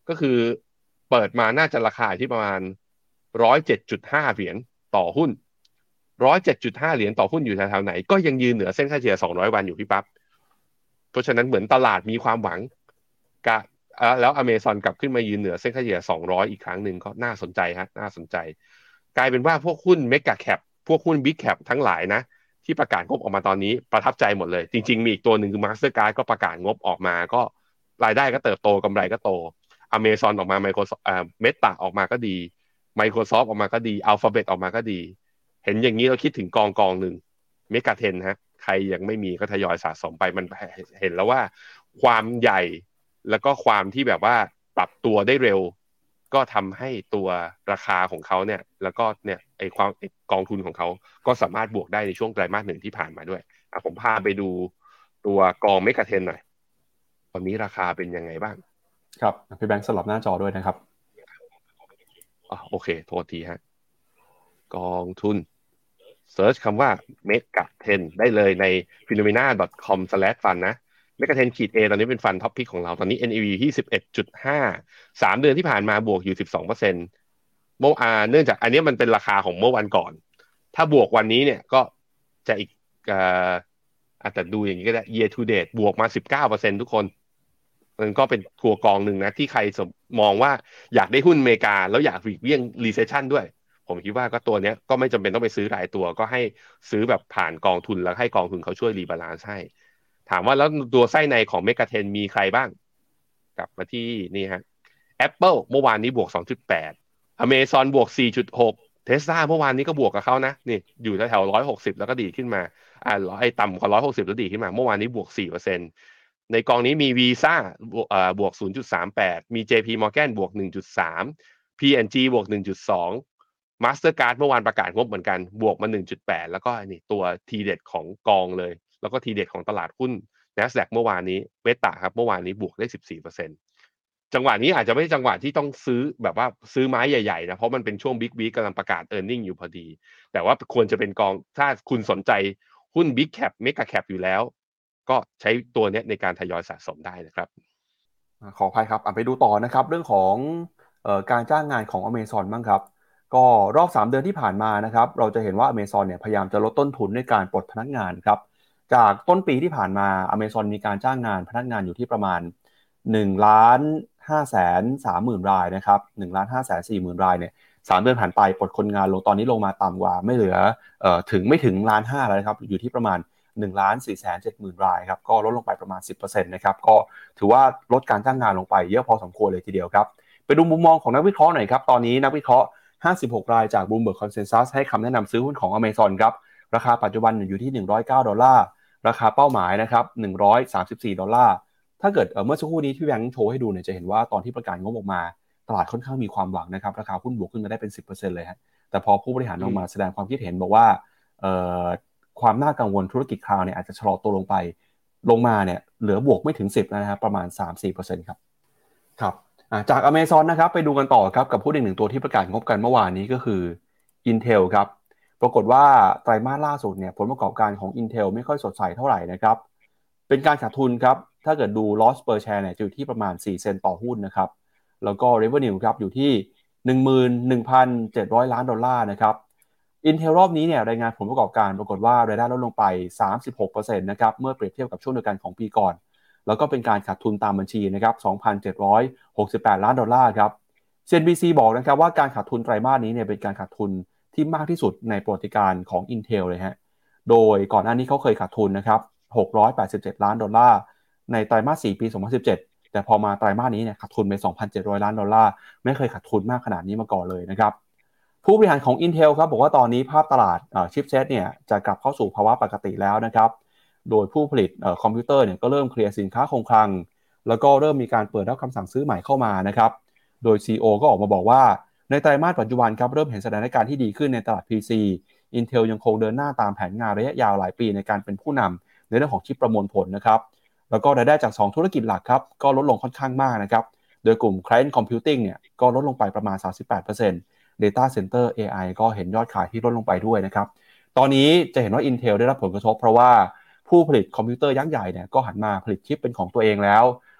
ก็คือเปิดมาน่าจะราคาที่ประมาณ หนึ่งร้อยเจ็ดจุดห้า เหรียญต่อหุ้น หนึ่งร้อยเจ็ดจุดห้า เหรียญต่อหุ้นอยู่แถวๆไหนก็ยังยืนเหนือเส้นค่าเฉลี่ยสองร้อยวันอยู่พี่ปั๊บเพราะฉะนั้นเหมือนตลาดมีความหวังกะแล้ว Amazon กลับขึ้นมายืนเหนือเส้นค่าเฉลี่ยสองร้อยอีกครั้งหนึ่งก็น่าสนใจฮะน่าสนใจกลายเป็นว่าพวกหุ้น Mega Cap พวกหุ้น Big Cap ทั้งหลายนะที่ประกาศงบออกมาตอนนี้ประทับใจหมดเลยจริงๆมีอีกตัวหนึ่งคือ Mastercard ก็ประกาศงบออกมาก็รายได้ก็เติบโตกำไรก็โต Amazon ออกมา Microsoft อ่า Meta ออกมาก็ดี Microsoft ออกมาก็ดี Alphabet ออกมาก็ดีเห็นอย่างนี้เราคิดถึงกองกองหนึ่ง Mega สิบฮะใครยังไม่มีก็ทยอยสะสมไปมันเห็นแล้วว่าความใหญ่แล้วก็ความที่แบบว่าปรับตัวได้เร็วก็ทำให้ตัวราคาของเขาเนี่ยแล้วก็เนี่ยไอความกองทุนของเขาก็สามารถบวกได้ในช่วงไตรมาสหนึ่งที่ผ่านมาด้วยอ่ะผมพาไปดูตัวกอง Mega สิบหน่อยตอนนี้ราคาเป็นยังไงบ้างครับพี่แบงค์สลับหน้าจอด้วยนะครับอ๋อโอเคโทษทีฮะกองทุนเซิร์ชคำว่า Mega สิบได้เลยใน ฟีโนเมนา ดอท คอม สแลช ฟัน นะ Mega สิบขีด A ตอนนี้เป็นฟันท็อปพิกของเราตอนนี้ เอ็น เอ วี ที่ สิบเอ็ดจุดห้า สามเดือนที่ผ่านมาบวกอยู่ สิบสองเปอร์เซ็นต์ เมื่ออ่าเนื่องจากอันนี้มันเป็นราคาของเมื่อวันก่อนถ้าบวกวันนี้เนี่ยก็จะอีกเอ่ออาจจะดูอย่างนี้ก็ได้ year to date บวกมา สิบเก้าเปอร์เซ็นต์ ทุกคนมันก็เป็นทัวร์กองหนึ่งนะที่ใครมองว่าอยากได้หุ้นอเมริกาแล้วอยากหลีกเลี่ยง recession ด้วยผมคิดว่าก็ตัวเนี้ยก็ไม่จำเป็นต้องไปซื้อรายตัวก็ให้ซื้อแบบผ่านกองทุนแล้วให้กองทุนเขาช่วยรีบาลานซ์ให้ถามว่าแล้วตัวไส้ในของเมกะเทนมีใครบ้างกลับมาที่นี่ฮะ Apple เมื่อวานนี้บวก สองจุดแปด Amazon บวก สี่จุดหก Tesla เมื่อวานนี้ก็บวกกับเขานะนี่อยู่แถวๆหนึ่งร้อยหกสิบแล้วก็ดีขึ้นมาอ่าไอ้ต่ำกว่าหนึ่งร้อยหกสิบแล้วดีขึ้นมาเมื่อวานนี้บวก สี่เปอร์เซ็นต์ ในกองนี้มี Visa บวกอ่าบวก ศูนย์จุดสามแปด มี เจ พี Morgan บวก หนึ่งจุดสาม พี เอ็น จี บวก หนึ่งจุดสอง Mastercard เมื่อวานประกาศงบเหมือนกันบวกมา หนึ่งจุดแปด แล้วก็นี่ตัวทีเด็ดของกองเลยแล้วก็ทีเด็ดของตลาดหุ้น NASDAQ เมื่อวานนี้ Meta ครับเมื่อวานนี้บวกได้ สิบสี่เปอร์เซ็นต์ จังหวะนี้อาจจะไม่ใช่จังหวะที่ต้องซื้อแบบว่าซื้อไม้ใหญ่ๆนะเพราะมันเป็นช่วง Big Week กำลังประกาศ Earning อยู่พอดีแต่ว่าควรจะเป็นกองถ้าคุณสนใจหุ้น Big Cap Mega Cap อยู่แล้วก็ใช้ตัวนี้ในการทยอยสะสมได้นะครับขออภัยครับไปดูต่อนะครับเรื่องของเอ่อการจ้างงานของ Amazon บ้างครับก็รอบสามเดือนที่ผ่านมานะครับเราจะเห็นว่า Amazon เนี่ยพยายามจะลดต้นทุนในการปลดพนักงานครับจากต้นปีที่ผ่านมา Amazon มีการจ้างงานพนักงานอยู่ที่ประมาณหนึ่งล้านห้าแสนสามหมื่นรายนะครับหนึ่งล้านห้าแสนสี่หมื่นรายเนี่ยสามเดือนผ่านไปปลดคนงานลงตอนนี้ลงมาต่ำกว่าไม่เหลือเอ่อถึงไม่ถึงล้านห้าแล้วนะครับอยู่ที่ประมาณหนึ่งล้านสี่แสนเจ็ดหมื่นรายครับก็ลดลงไปประมาณ สิบเปอร์เซ็นต์ นะครับก็ถือว่าลดการจ้างงานลงไปเยอะพอสมควรเลยทีเดียวครับไปดูมุมมองของนักวิเคราะห์หน่อยครับตอนนี้นักวิเคราะห์ห้าสิบหกรายจาก Bloomberg Consensus ให้คำแนะนำซื้อหุ้นของ Amazon ครับราคาปัจจุบันอยู่ที่หนึ่งร้อยเก้าดอลลาร์ราคาเป้าหมายนะครับหนึ่งร้อยสามสิบสี่ดอลลาร์ถ้าเกิดเมื่อสักครู่นี้ที่แบงค์โชว์ให้ดูเนี่ยจะเห็นว่าตอนที่ประกาศงบออกมาตลาดค่อนข้างมีความหวังนะครับราคาหุ้นบวกขึ้นมาได้เป็น สิบเปอร์เซ็นต์ เลยฮะแต่พอผู้บริหารออกมาแสดงความคิดเห็นบอกว่าความน่ากังวลธุรกิจคลาวด์เนี่ยอาจจะชะลอตัวลงไปลงมาเนี่ยเหลือบวกไม่ถึงสิบนะครับประมาณ สามถึงสี่เปอร์เซ็นต์ ครับครับจาก Amazon นะครับไปดูกันต่อครับกับหุ้นอีกหนึ่งตัวที่ประกาศงบกันเมื่อวานนี้ก็คือ Intel ครับปรากฏว่าไตรมาสล่าสุดเนี่ยผลประกอบการของ Intel ไม่ค่อยสดใสเท่าไหร่นะครับเป็นการขาดทุนครับถ้าเกิดดู loss per share เนี่ยจะอยู่ที่ประมาณสี่เซนต์ต่อหุ้นนะครับแล้วก็ revenue ครับอยู่ที่ หนึ่งหมื่นหนึ่งพันเจ็ดร้อย ล้านดอลลาร์นะครับIntel รอบนี้เนี่ยรายงานผลประกอบการปรากฏว่ารายได้ลดลงไป สามสิบหกเปอร์เซ็นต์ นะครับเมื่อเปรียบเทียบกับช่วงเดียวกันของปีก่อนแล้วก็เป็นการขาดทุนตามบัญชีนะครับ สองพันเจ็ดร้อยหกสิบแปด ล้านดอลลาร์ครับ ซี เอ็น บี ซี บอกนะครับว่าการขาดทุนไตรมาสนี้เนี่ยเป็นการขาดทุนที่มากที่สุดในประวัติการของ Intel เลยฮะโดยก่อนหน้านี้เขาเคยขาดทุนนะครับหกร้อยแปดสิบเจ็ดล้านดอลลาร์ในไตรมาสสี่ปีสองพันสิบเจ็ดแต่พอมาไตรมาสนี้เนี่ยขาดทุนไป สองพันเจ็ดร้อย ล้านดอลลาร์ไม่เคยขาดทุนมากขนาดนี้มาก่อนเลยนะครับผู้บริหารของ Intel ครับบอกว่าตอนนี้ภาพตลาดชิปเซตเนี่ยจะกลับเข้าสู่ภาวะปกติแล้วนะครับโดยผู้ผลิตคอมพิวเตอร์เนี่ยก็เริ่มเคลียร์สินค้าคงคลังแล้วก็เริ่มมีการเปิดรับคำสั่งซื้อใหม่เข้ามานะครับโดย ซี อี โอ ก็ออกมาบอกว่าในไตรมาสปัจจุบันครับเริ่มเห็นสถานการณ์ที่ดีขึ้นในตลาด พี ซี Intel ยังคงเดินหน้าตามแผนงานระยะยาวหลายปีในการเป็นผู้นำในเรื่องของชิปประมวลผลนะครับแล้วก็รายได้จากสองธุรกิจหลักครับก็ลดลงค่อนข้างมากนะครับโดยกลุ่ม Client Computing เนี่ยก็ลดลงไปประมาณ สามสิบแปดเปอร์เซ็นต์ Data Center เอ ไอ ก็เห็นยอดขายที่ลดลงไปด้วยนะครับตอนนี้จะเห็นว่า Intel ได้รับผลกระทบเพราะว่าผู้ผลิตคอมพิวเตอร์ยักษ์ใหญ่เนี่ยก็หันมาผลิตชิปเป็นของตัวเองแล้ว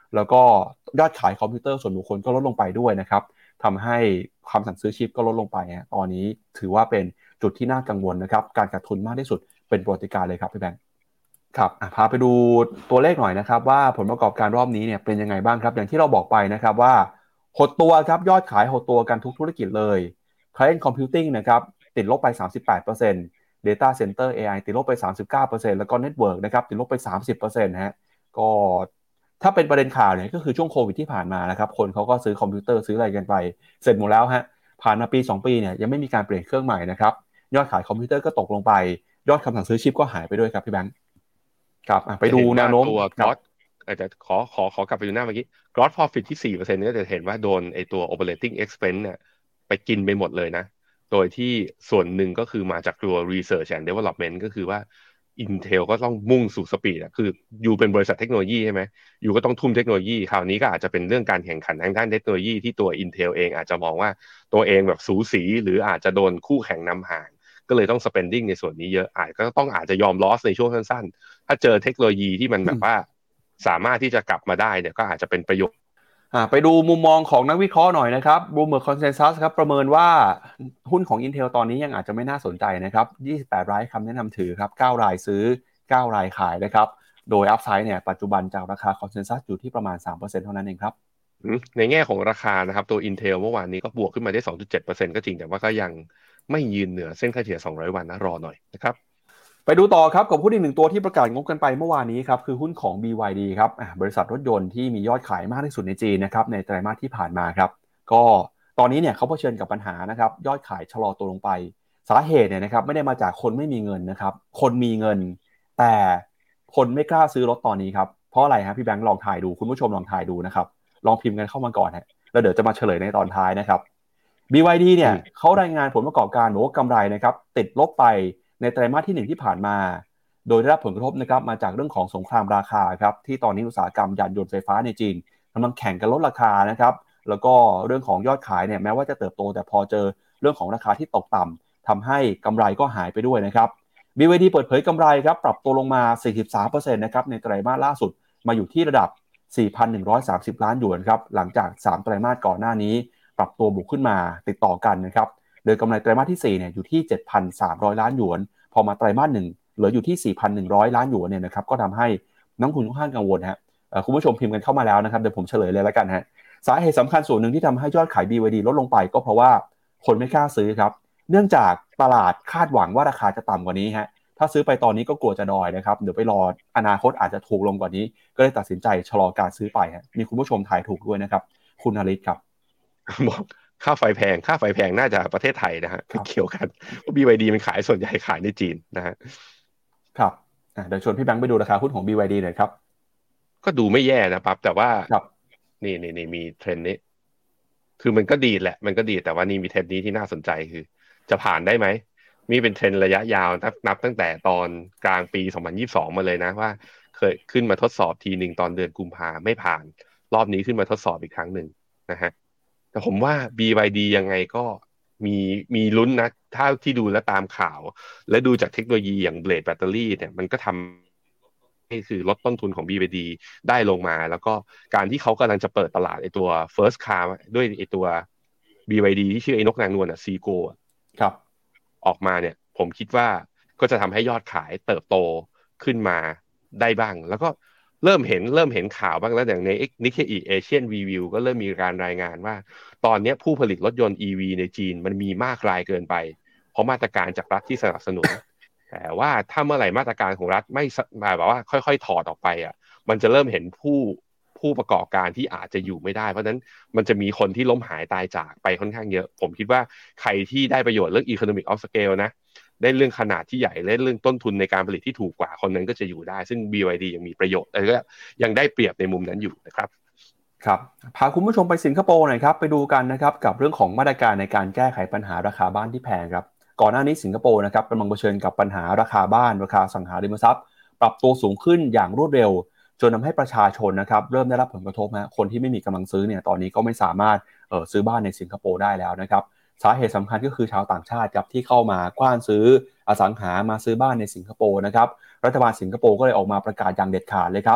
แล้วก็ยอดขายคอมพิวเตอร์ส่วนบุคคลก็ลดลงไปด้วยนะครับทำให้ความสั่งซื้อชิปก็ลดลงไปฮะตอนนี้ถือว่าเป็นจุดที่น่ากังวลนะครับการขาดทุนมากที่สุดเป็นประวัติการณ์เลยครับพี่แบงค์ครับพาไปดูตัวเลขหน่อยนะครับว่าผลประกอบการรอบนี้เนี่ยเป็นยังไงบ้างครับอย่างที่เราบอกไปนะครับว่าหดตัวครับยอดขายหดตัวกันทุกธุรกิจเลย Client Computing นะครับติดลบไป สามสิบแปดเปอร์เซ็นต์ Data Center เอ ไอ ติดลบไป สามสิบเก้าเปอร์เซ็นต์ แล้วก็ Network นะครับติดลบไป สามสิบเปอร์เซ็นต์ ฮะก็ถ้าเป็นประเด็นข่าวเนี่ยก็คือช่วงโควิดที่ผ่านมานะครับคนเขาก็ซื้อคอมพิวเตอร์ซื้ออะไรกันไปเสร็จหมดแล้วฮะผ่านมาปีสองปีเนี่ยยังไม่มีการเปลี่ยนเครื่องใหม่นะครับยอดขายคอมพิวเตอร์ก็ตกลงไปยอดคำสั่งซื้อชิปก็หายไปด้วยครับพี่แบงค์ครับไปดูแนวโน้มตัว gross อาจจะขอขอขอกลับไปดูหน้าเมื่อกี้ gross profit ที่ สี่เปอร์เซ็นต์ ก็จะเห็นว่าโดนไอตัว operating expense เนี่ยไปกินไปหมดเลยนะโดยที่ส่วนหนึ่งก็คือมาจากตัว research and development ก็คือว่า Intel ก็ต้องมุ่งสู่สปีดอะคืออยู่เป็นบริษัทเทคโนโลยีใช่ไหมอยู่ก็ต้องทุ่มเทคโนโลยีคราวนี้ก็อาจจะเป็นเรื่องการแข่งขันทางด้านเทคโนโลยีที่ตัว Intel เองอาจจะมองว่าตัวเองแบบสูสีหรืออาจจะโดนคู่แข่งนำห่างก็เลยต้อง spending ในส่วนนี้เยอะอาจก็ต้องอาจจะยอม loss ในช่วงสั้นๆถ้าเจอเทคโนโลยีที่มันแบบว่าสามารถที่จะกลับมาได้เนี่ยก็อาจจะเป็นประโยชน์ไปดูมุมมองของนักวิเคราะห์หน่อยนะครับ Bloomberg Consensus ครับประเมินว่าหุ้นของ Intel ตอนนี้ยังอาจจะไม่น่าสนใจนะครับยี่สิบแปดรายคำแนะนำถือครับเก้ารายซื้อเก้ารายขายนะครับโดย Upside เนี่ยปัจจุบันจากราคา Consensus อยู่ที่ประมาณ สามเปอร์เซ็นต์ เท่านั้นเองครับในแง่ของราคานะครับตัว Intel เมื่อวานนี้ก็บวกขึ้นมาได้ สองจุดเจ็ดเปอร์เซ็นต์ ก็จริงแต่ว่าก็ยังไม่ยืนเหนือเส้นค่าเฉลี่ยสองร้อยวันนะรอหน่อยนะครับไปดูต่อครับกับหุ้นอีกหนึ่งตัวที่ประกาศงบกันไปเมื่อวานนี้ครับคือหุ้นของ บี วาย ดี ครับบริษัทรถยนต์ที่มียอดขายมากที่สุดในจีนนะครับในไตรมาสที่ผ่านมาครับก็ตอนนี้เนี่ยเขาเผชิญกับปัญหานะครับยอดขายชะลอตัวลงไปสาเหตุเนี่ยนะครับไม่ได้มาจากคนไม่มีเงินนะครับคนมีเงินแต่คนไม่กล้าซื้อรถตอนนี้ครับเพราะอะไรครับพี่แบงค์ลองทายดูคุณผู้ชมลองทายดูนะครับลองพิมพ์กันเข้ามาก่อนฮะแล้วเดี๋ยวจะมาเฉลยในตอนท้ายนะครับ บี วาย ดี เนี่ยเขารายงานผลประกอบการบอกว่ากำไรนะครับติดลบไปในไตรมาสที่หนึ่งที่ผ่านมาโดยได้รับผลกระทบนะครับมาจากเรื่องของสงครามราคาครับที่ตอนนี้อุตสาหกรรมยานยนต์ไฟฟ้าในจีนกำลังแข่งกันลดราคานะครับแล้วก็เรื่องของยอดขายเนี่ยแม้ว่าจะเติบโตแต่พอเจอเรื่องของราคาที่ตกต่ำทำให้กำไรก็หายไปด้วยนะครับ บี วาย ดี เปิดเผยกำไรครับปรับตัวลงมา สี่สิบสามเปอร์เซ็นต์ นะครับในไตรมาสล่าสุดมาอยู่ที่ระดับ สี่พันหนึ่งร้อยสามสิบ ล้านหยวนครับหลังจากสามไตรมาสก่อนหน้านี้ปรับตัวบวกขึ้นมาติดต่อกันนะครับโดยกำไรไตรมาสที่สี่เนี่ยอยู่ที่ เจ็ดพันสามร้อย ล้านหยวนพอมาไตรมาสหนึ่งเหลืออยู่ที่ สี่พันหนึ่งร้อย ล้านหยวนเนี่ยนะครับก็ทำให้นักลงทุนค่อนข้างกังวลฮะคุณผู้ชมพิมพ์กันเข้ามาแล้วนะครับเดี๋ยวผมเฉลยเลยแล้วกันฮะสาเหตุสำคัญส่วนหนึ่งที่ทำให้ยอดขาย บี วาย ดี ลดลงไปก็เพราะว่าคนไม่กล้าซื้อครับเนื่องจากตลาดคาดหวังว่าราคาจะต่ำกว่านี้ฮะถ้าซื้อไปตอนนี้ก็กลัวจะดอยนะครับเดี๋ยวไปรออนาคตอาจจะถูกลงกว่านี้ก็เลยตัดสินใจชะลอการซื้อไปฮะมีคุณผู้ชมทายถูกด้วยนะครับคุณนฤทธิ์ครับบอกค่าไฟแพงค่าไฟแพงน่าจะประเทศไทยนะฮะเกี่ยวกันเพราะ บี วาย ดี มันขายส่วนใหญ่ขายในจีนนะฮะครับเดี๋ยวชวนพี่แบงค์ไปดูราคาหุ้นของ บี วาย ดี หน่อยครับก็ดูไม่แย่นะปั๊บแต่ว่าครับนี่นี่นี่มีเทรนด์นี้คือมันก็ดีแหละมันก็ดีแต่ว่านี่มีเทรนด์นี้ที่น่าสนใจคือจะผ่านได้ไหมมีเป็นเทรนด์ระยะยาวนับนับตั้งแต่ตอนกลางปีสองพันยี่สิบสองมาเลยนะว่าเคยขึ้นมาทดสอบทีหนึ่งตอนเดือนกุมภาไม่ผ่านรอบนี้ขึ้นมาทดสอบอีกครั้งหนึ่งนะฮะแต่ผมว่า บี วาย ดี ยังไงก็มีมีลุ้นนะถ้าที่ดูและตามข่าวและดูจากเทคโนโลยีอย่างเบลดแบตเตอรี่เนี่ยมันก็ทำนี่คือลดต้นทุนของ บี วาย ดี ได้ลงมาแล้วก็การที่เขากำลังจะเปิดตลาดไอตัว First Car ด้วยไอตัว บี วาย ดี ที่ชื่อไอ้นกนางนวลอ่ะ Seago ครับออกมาเนี่ยผมคิดว่าก็จะทำให้ยอดขายเติบโตขึ้นมาได้บ้างแล้วก็เริ่มเห็นเริ่มเห็นข่าวบ้างแล้วอย่างใน Nikkei Asian Review ก็เริ่มมีการรายงานว่าตอนนี้ผู้ผลิตรถยนต์ อี วี ในจีนมันมีมากรายเกินไปเพราะมาตรการจากรัฐที่สนับสนุนแต่ว่าถ้าเมื่อไหร่มาตรการของรัฐไม่แบบว่าค่อยๆถอดออกไปอ่ะมันจะเริ่มเห็นผู้ผู้ประกอบการที่อาจจะอยู่ไม่ได้เพราะฉะนั้นมันจะมีคนที่ล้มหายตายจากไปค่อนข้างเยอะผมคิดว่าใครที่ได้ประโยชน์เรื่อง economic of scale นะได้เรื่องขนาดที่ใหญ่และเรื่องต้นทุนในการผลิตที่ถูกกว่าคนนั้นก็จะอยู่ได้ซึ่ง บี วาย ดี ยังมีประโยชน์แล้วก็ยังได้เปรียบในมุมนั้นอยู่นะครับครับพาคุณผู้ชมไปสิงคโปร์หน่อยครับไปดูกันนะครับกับเรื่องของมาตรการในการแก้ไขปัญหาราคาบ้านที่แพงครับก่อนหน้านี้สิงคโปร์นะครับกำลังเผชิญกับปัญหาราคาบ้านราคาสังหาริมทรัพย์ปรับตัวสูงขึ้นอย่างรวดเร็วจนทำให้ประชาชนนะครับเริ่มได้รับผลกระทบนะคนที่ไม่มีกำลังซื้อเนี่ยตอนนี้ก็ไม่สามารถเอ่อซื้อบ้านในสิงคโปร์ได้แล้วนะครับสาเหตุสำคัญก็คือชาวต่างชาติครับที่เข้ามากว้านซื้ออสังหามาซื้อบ้านในสิงคโปร์นะครับรัฐบาลสิงคโปร์ก็เลยออกมาประกาศอย่างเด็ดขาดเลยครับ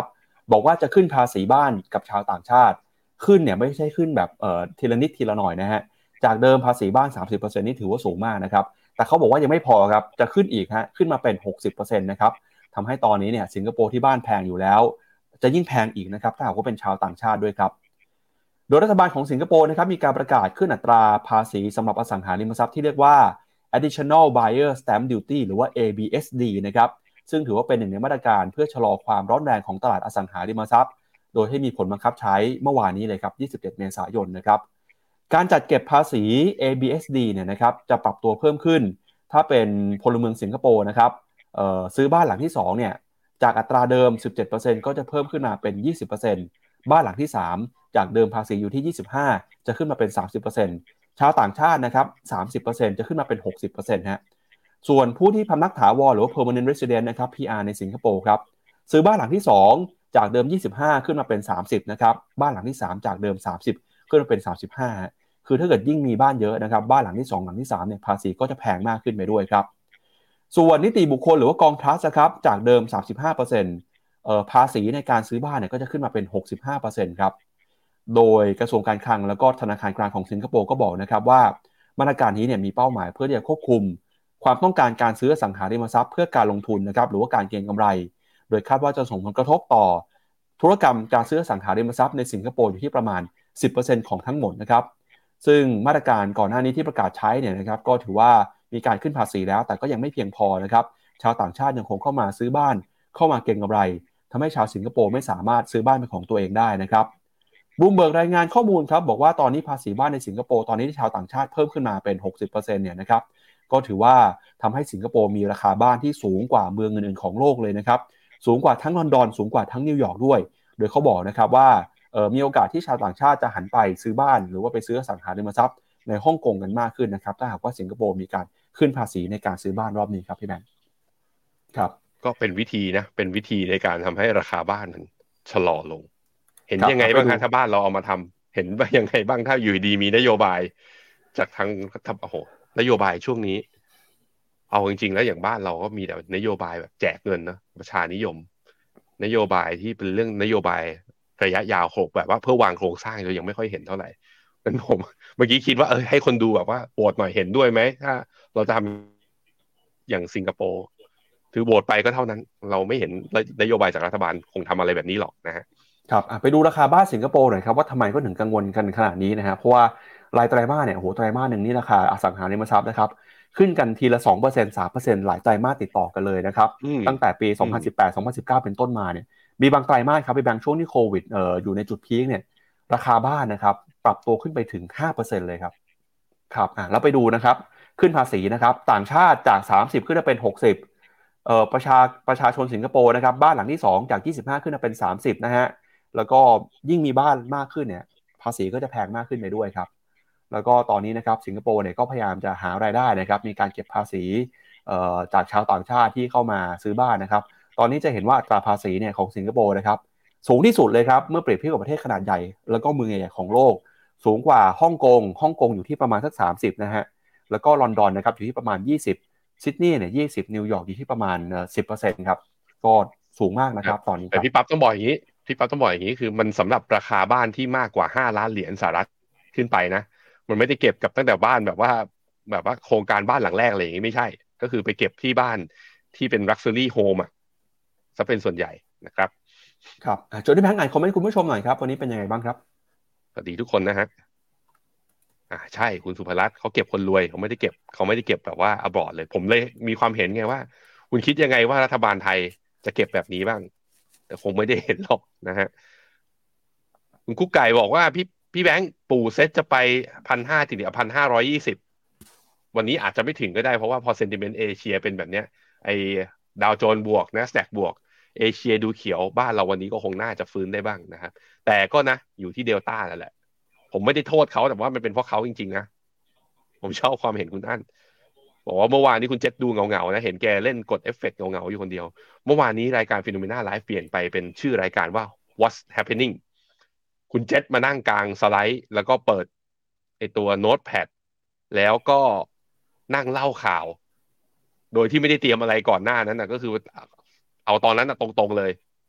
บอกว่าจะขึ้นภาษีบ้านกับชาวต่างชาติขึ้นเนี่ยไม่ใช่ขึ้นแบบเอ่อทีละนิดทีละหน่อยนะฮะจากเดิมภาษีบ้าน สามสิบเปอร์เซ็นต์ นี่ถือว่าสูงมากนะครับแต่เขาบอกว่ายังไม่พอครับจะขึ้นอีกฮะขึ้นมาเป็น หกสิบเปอร์เซ็นต์ นะครับทำให้ตอนนี้เนี่ยสิงคโปร์ที่บ้านแพงอยู่แล้วจะยิ่งแพงอีกนะครับถ้าหากว่าเป็นชาวต่างชาติด้วยครับโดยรัฐบาลของสิงคโปร์นะครับมีการประกาศขึ้นอัตราภาษีสำหรับอสังหาริมทรัพย์ที่เรียกว่า Additional Buyer Stamp Duty หรือว่า เอ บี เอส ดี นะครับซึ่งถือว่าเป็นหนึ่งในมาตรการเพื่อชะลอความร้อนแรงของตลาดอสังหาริมทรัพย์โดยให้มีผลบังคับใช้เมื่อวานนี้เลยครับยี่สิบเจ็ดเมษายนนะครับการจัดเก็บภาษี เอ บี เอส ดี เนี่ยนะครับจะปรับตัวเพิ่มขึ้นถ้าเป็นพลเมืองสิงคโปร์นะครับเอ่อซื้อบ้านหลังที่สองเนี่ยจากอัตราเดิม สิบเจ็ดเปอร์เซ็นต์ ก็จะเพิ่มขึ้นมาเป็น ยี่สิบเปอร์เซ็นต์ บ้านหลังที่สามจากเดิมภาษีอยู่ที่ยี่สิบห้าจะขึ้นมาเป็น สามสิบเปอร์เซ็นต์ ชาวต่างชาตินะครับ สามสิบเปอร์เซ็นต์ จะขึ้นมาเป็น หกสิบเปอร์เซ็นต์ ฮะส่วนผู้ที่พำนักถาวรหรือว่า permanent resident นะครับ พี อาร์ ในสิงคโปร์ครับซื้อบ้านหลังที่สองจากเดิมยี่สิบห้าขึ้นมาเป็นสามสิบนะครับบ้านหลังที่สามจากเดิมสามสิบขึ้นมาเป็นสามสิบห้าคือถ้าเกิดยิ่งมีบ้านเยอะนะครับบ้านหลังที่สองหลังที่สามเนี่ยภาษีก็จะแพงมากขึ้นไปด้วยครับส่วนนิติบุคคลหรือว่ากองทรัสต์นะครับจากเดิม สามสิบห้าเปอร์เซ็นต์ เอ่อภาษีในการซื้อบ้านเนี่ยก็จะขึ้นมาเป็น หกสิบห้าเปอร์เซ็นต์ ครับโดยกระทรวงการคลังแล้วก็ธนาคารกลางของสิงคโปร์ก็บอกนะครับว่ามาตรการนี้เนี่ยมีเป้าหมายเพื่อที่จะควบคุมความต้องการการซื้ออสังหาริมทรัพย์เพื่อการลงทุนนะครับหรือว่าการเก็งกำไรโดยคาดว่าจะส่งผลกระทบต่อธุรกรรมการซื้ออสังหาริมทรัพย์ในสิงคโปร์อยู่ที่ประมาณ สิบเปอร์เซ็นต์ ของทั้งหมดนะครับซึ่งมาตรการก่อนหน้านี้ที่ประกาศใช้เนี่ยนะครับก็ถือว่ามีการขึ้นภาษีแล้วแต่ก็ยังไม่เพียงพอนะครับชาวต่างชาติยังคงเข้ามาซื้อบ้านเข้ามาเก็งกำไรทำให้ชาวสิงคโปร์ไม่สามารถซื้อบ้านเป็นของตัวเองได้นะครับบูมเบิร์กรายงานข้อมูลครับบอกว่าตอนนี้ภาษีบ้านในสิงคโปร์ตอนนี้ที่ชาวต่างชาติเพิ่มขึ้นมาเป็น หกสิบเปอร์เซ็นต์ เนี่ยนะครับก็ถือว่าทำให้สิงคโปร์มีราคาบ้านที่สูงกว่าเมืองอื่นๆของโลกเลยนะครับสูงกว่าทั้งลอนดอนสูงกว่าทั้งนิวยอร์กด้วยโดยเขาบอกนะครับว่าเอ่อมีโอกาสที่ชาวต่างชาติจะหันไปซื้อบ้านหรือว่าไปซื้ออสังหาริมทรัพย์ในฮ่องกงกันมากขึ้นนะครับถ้าหากว่าสิงคโปร์มีการขึ้นภาษีในการซื้อบ้านรอบนี้ครับพี่แบงค์ครับก็เป็นวิธีนะเป็นวิธีในการทำให้ราคาบ้านมันชะลอลงเห็นยังไงบ้างคะถ้าบ้านเราเอามาทำเห็นว่ายังไงบ้างถ้าอยู่ดีมีนโยบายจากทางโอ้โหนโยบายช่วงนี้เอาจริงๆแล้วอย่างบ้านเราก็มีแต่นโยบายแบบแจกเงินนะประชานิยมนโยบายที่เป็นเรื่องนโยบายระยะยาวโครงแบบว่าเพื่อวางโครงสร้างเรายังไม่ค่อยเห็นเท่าไหร่เป็นผมเมื่อกี้คิดว่าเออให้คนดูแบบว่าโหวตหน่อยเห็นด้วยไหมถ้าเราทำอย่างสิงคโปร์ถือโหวตไปก็เท่านั้นเราไม่เห็นนโยบายจากรัฐบาลคงทำอะไรแบบนี้หรอกนะฮะครับไปดูราคาบ้านสิงคโปร์หน่อยครับว่าทำไมก็ถึงกังวลกันขนาดนี้นะฮะเพราะว่ารายไตรมาสเนี่ยโอ้โหไตรมาสหนึ่งนี่ราคาอสังหาริมทรัพย์นะครับขึ้นกันทีละ สองเปอร์เซ็นต์ สามเปอร์เซ็นต์ หลายไตรมาสติดต่อกันเลยนะครับตั้งแต่ปี สองพันสิบแปด สองพันสิบเก้า เป็นต้นมาเนี่ยมีบางไตรมาสครับไปบางช่วงที่โควิดเอ่ออยู่ในจุดพีคเนี่ยราคาบ้านนะครับปรับตัวขึ้นไปถึง ห้าเปอร์เซ็นต์ เลยครับครับอ่ะแล้วไปดูนะครับขึ้นภาษีนะครับต่างชาติจากสามสิบขึ้นมาเป็นหกสิบเอ่อประชาประชาชนสิงคโปร์นะครับบ้านหลังที่สองจากยี่สิบห้าขึ้นมาเป็นสามสิบนะฮะแล้วก็ยิ่งมีบ้านมากขึ้นเนี่ยภาษีก็จะแพงมากขึ้นไปด้วยครับแล้วก็ตอนนี้นะครับสิงคโปร์เนี่ยก็พยายามจะหารายได้นะครับมีการเก็บภาษีเอ่อจากชาวต่างชาติที่เข้ามาซื้อบ้านนะครับตอนนี้จะเห็นว่าอัตราภาษีเนี่ยของสิงคโปร์นะครับสูงที่สุดเลยครับเมื่อเปรียบเทียบกับประเทศขนาดใหญ่แล้วก็เมืองใหญ่ๆของโลกสูงกว่าฮ่องกงฮ่องกงอยู่ที่ประมาณสักสามสิบนะฮะแล้วก็ลอนดอนนะครับอยู่ที่ประมาณยี่สิบซิดนีย์เนี่ยยี่สิบนิวยอร์กอยู่ที่ประมาณเอ่อ สิบเปอร์เซ็นต์ ครับก็สูงมากนะครับตอนนี้แต่พี่ปั๊บต้องบอกอย่างนี้พี่ปั๊บต้องบอกอย่างนี้คือมันสำหรับราคาบ้านที่มากกว่าห้าล้านเหรียญสหรัฐขึ้นไปนะมันไม่ได้เก็บกับตั้งแต่บ้านแบบว่าแบบว่าโครงการบ้านหลังแรกอะไรอย่างนี้ไม่ใช่ก็คือไปเก็บที่บ้านที่เป็น luxury home อ่ะซะเป็นส่วนใหญ่นะครับครับโจนี่แบงค์อ่านคอมเมนต์คุณผู้ชมหน่อยครับวันนี้เป็นยังไงบ้างครับสวัสดีทุกคนนะฮะอ่าใช่คุณสุภรัตน์เขาเก็บคนรวยเขาไม่ได้เก็บเขาไม่ได้เก็บแบบว่าอบอร์ดเลยผมเลยมีความเห็นไงว่าคุณคิดยังไงว่ารัฐบาลไทยจะเก็บแบบนี้บ้างแต่คงไม่ได้เห็นหรอกนะฮะคุณกุ๊กไก่บอกว่าพี่พี่แบงค์ปู่เซตจะไปพันห้าถึงเดี๋ยวพันห้าร้อยยี่สิบวันนี้อาจจะไม่ถึงก็ได้เพราะว่าพอเซนติเมนต์เอเชียเป็นแบบเนี้ยไอ้ดาวโจนส์บวก NASDAQ บวกเอเชียดูเขียวบ้านเราวันนี้ก็คงน่าจะฟื้นได้บ้างนะครับแต่ก็นะอยู่ที่เดลต้านั่นแหละผมไม่ได้โทษเขาแต่ว่ามันเป็นเพราะเขาจริงๆนะผมชอบความเห็นคุณอั้นบอกว่าเมื่อวานนี้คุณเจษดูเงาๆนะเห็นแกเล่นกดเอฟเฟกต์เงาๆอยู่คนเดียวเมื่อวานนี้รายการ Phenomena Live เปลี่ยนไปเป็นชื่อรายการว่า What's Happening คุณเจษมานั่งกลางสไลด์แล้วก็เปิดไอตัวโน้ตแพดแล้วก็นั่งเล่าข่าวโดยที่ไม่ได้เตรียมอะไรก่อนหน้านั้นนะก็คือเอาตอนนั้นนะตรงๆเลย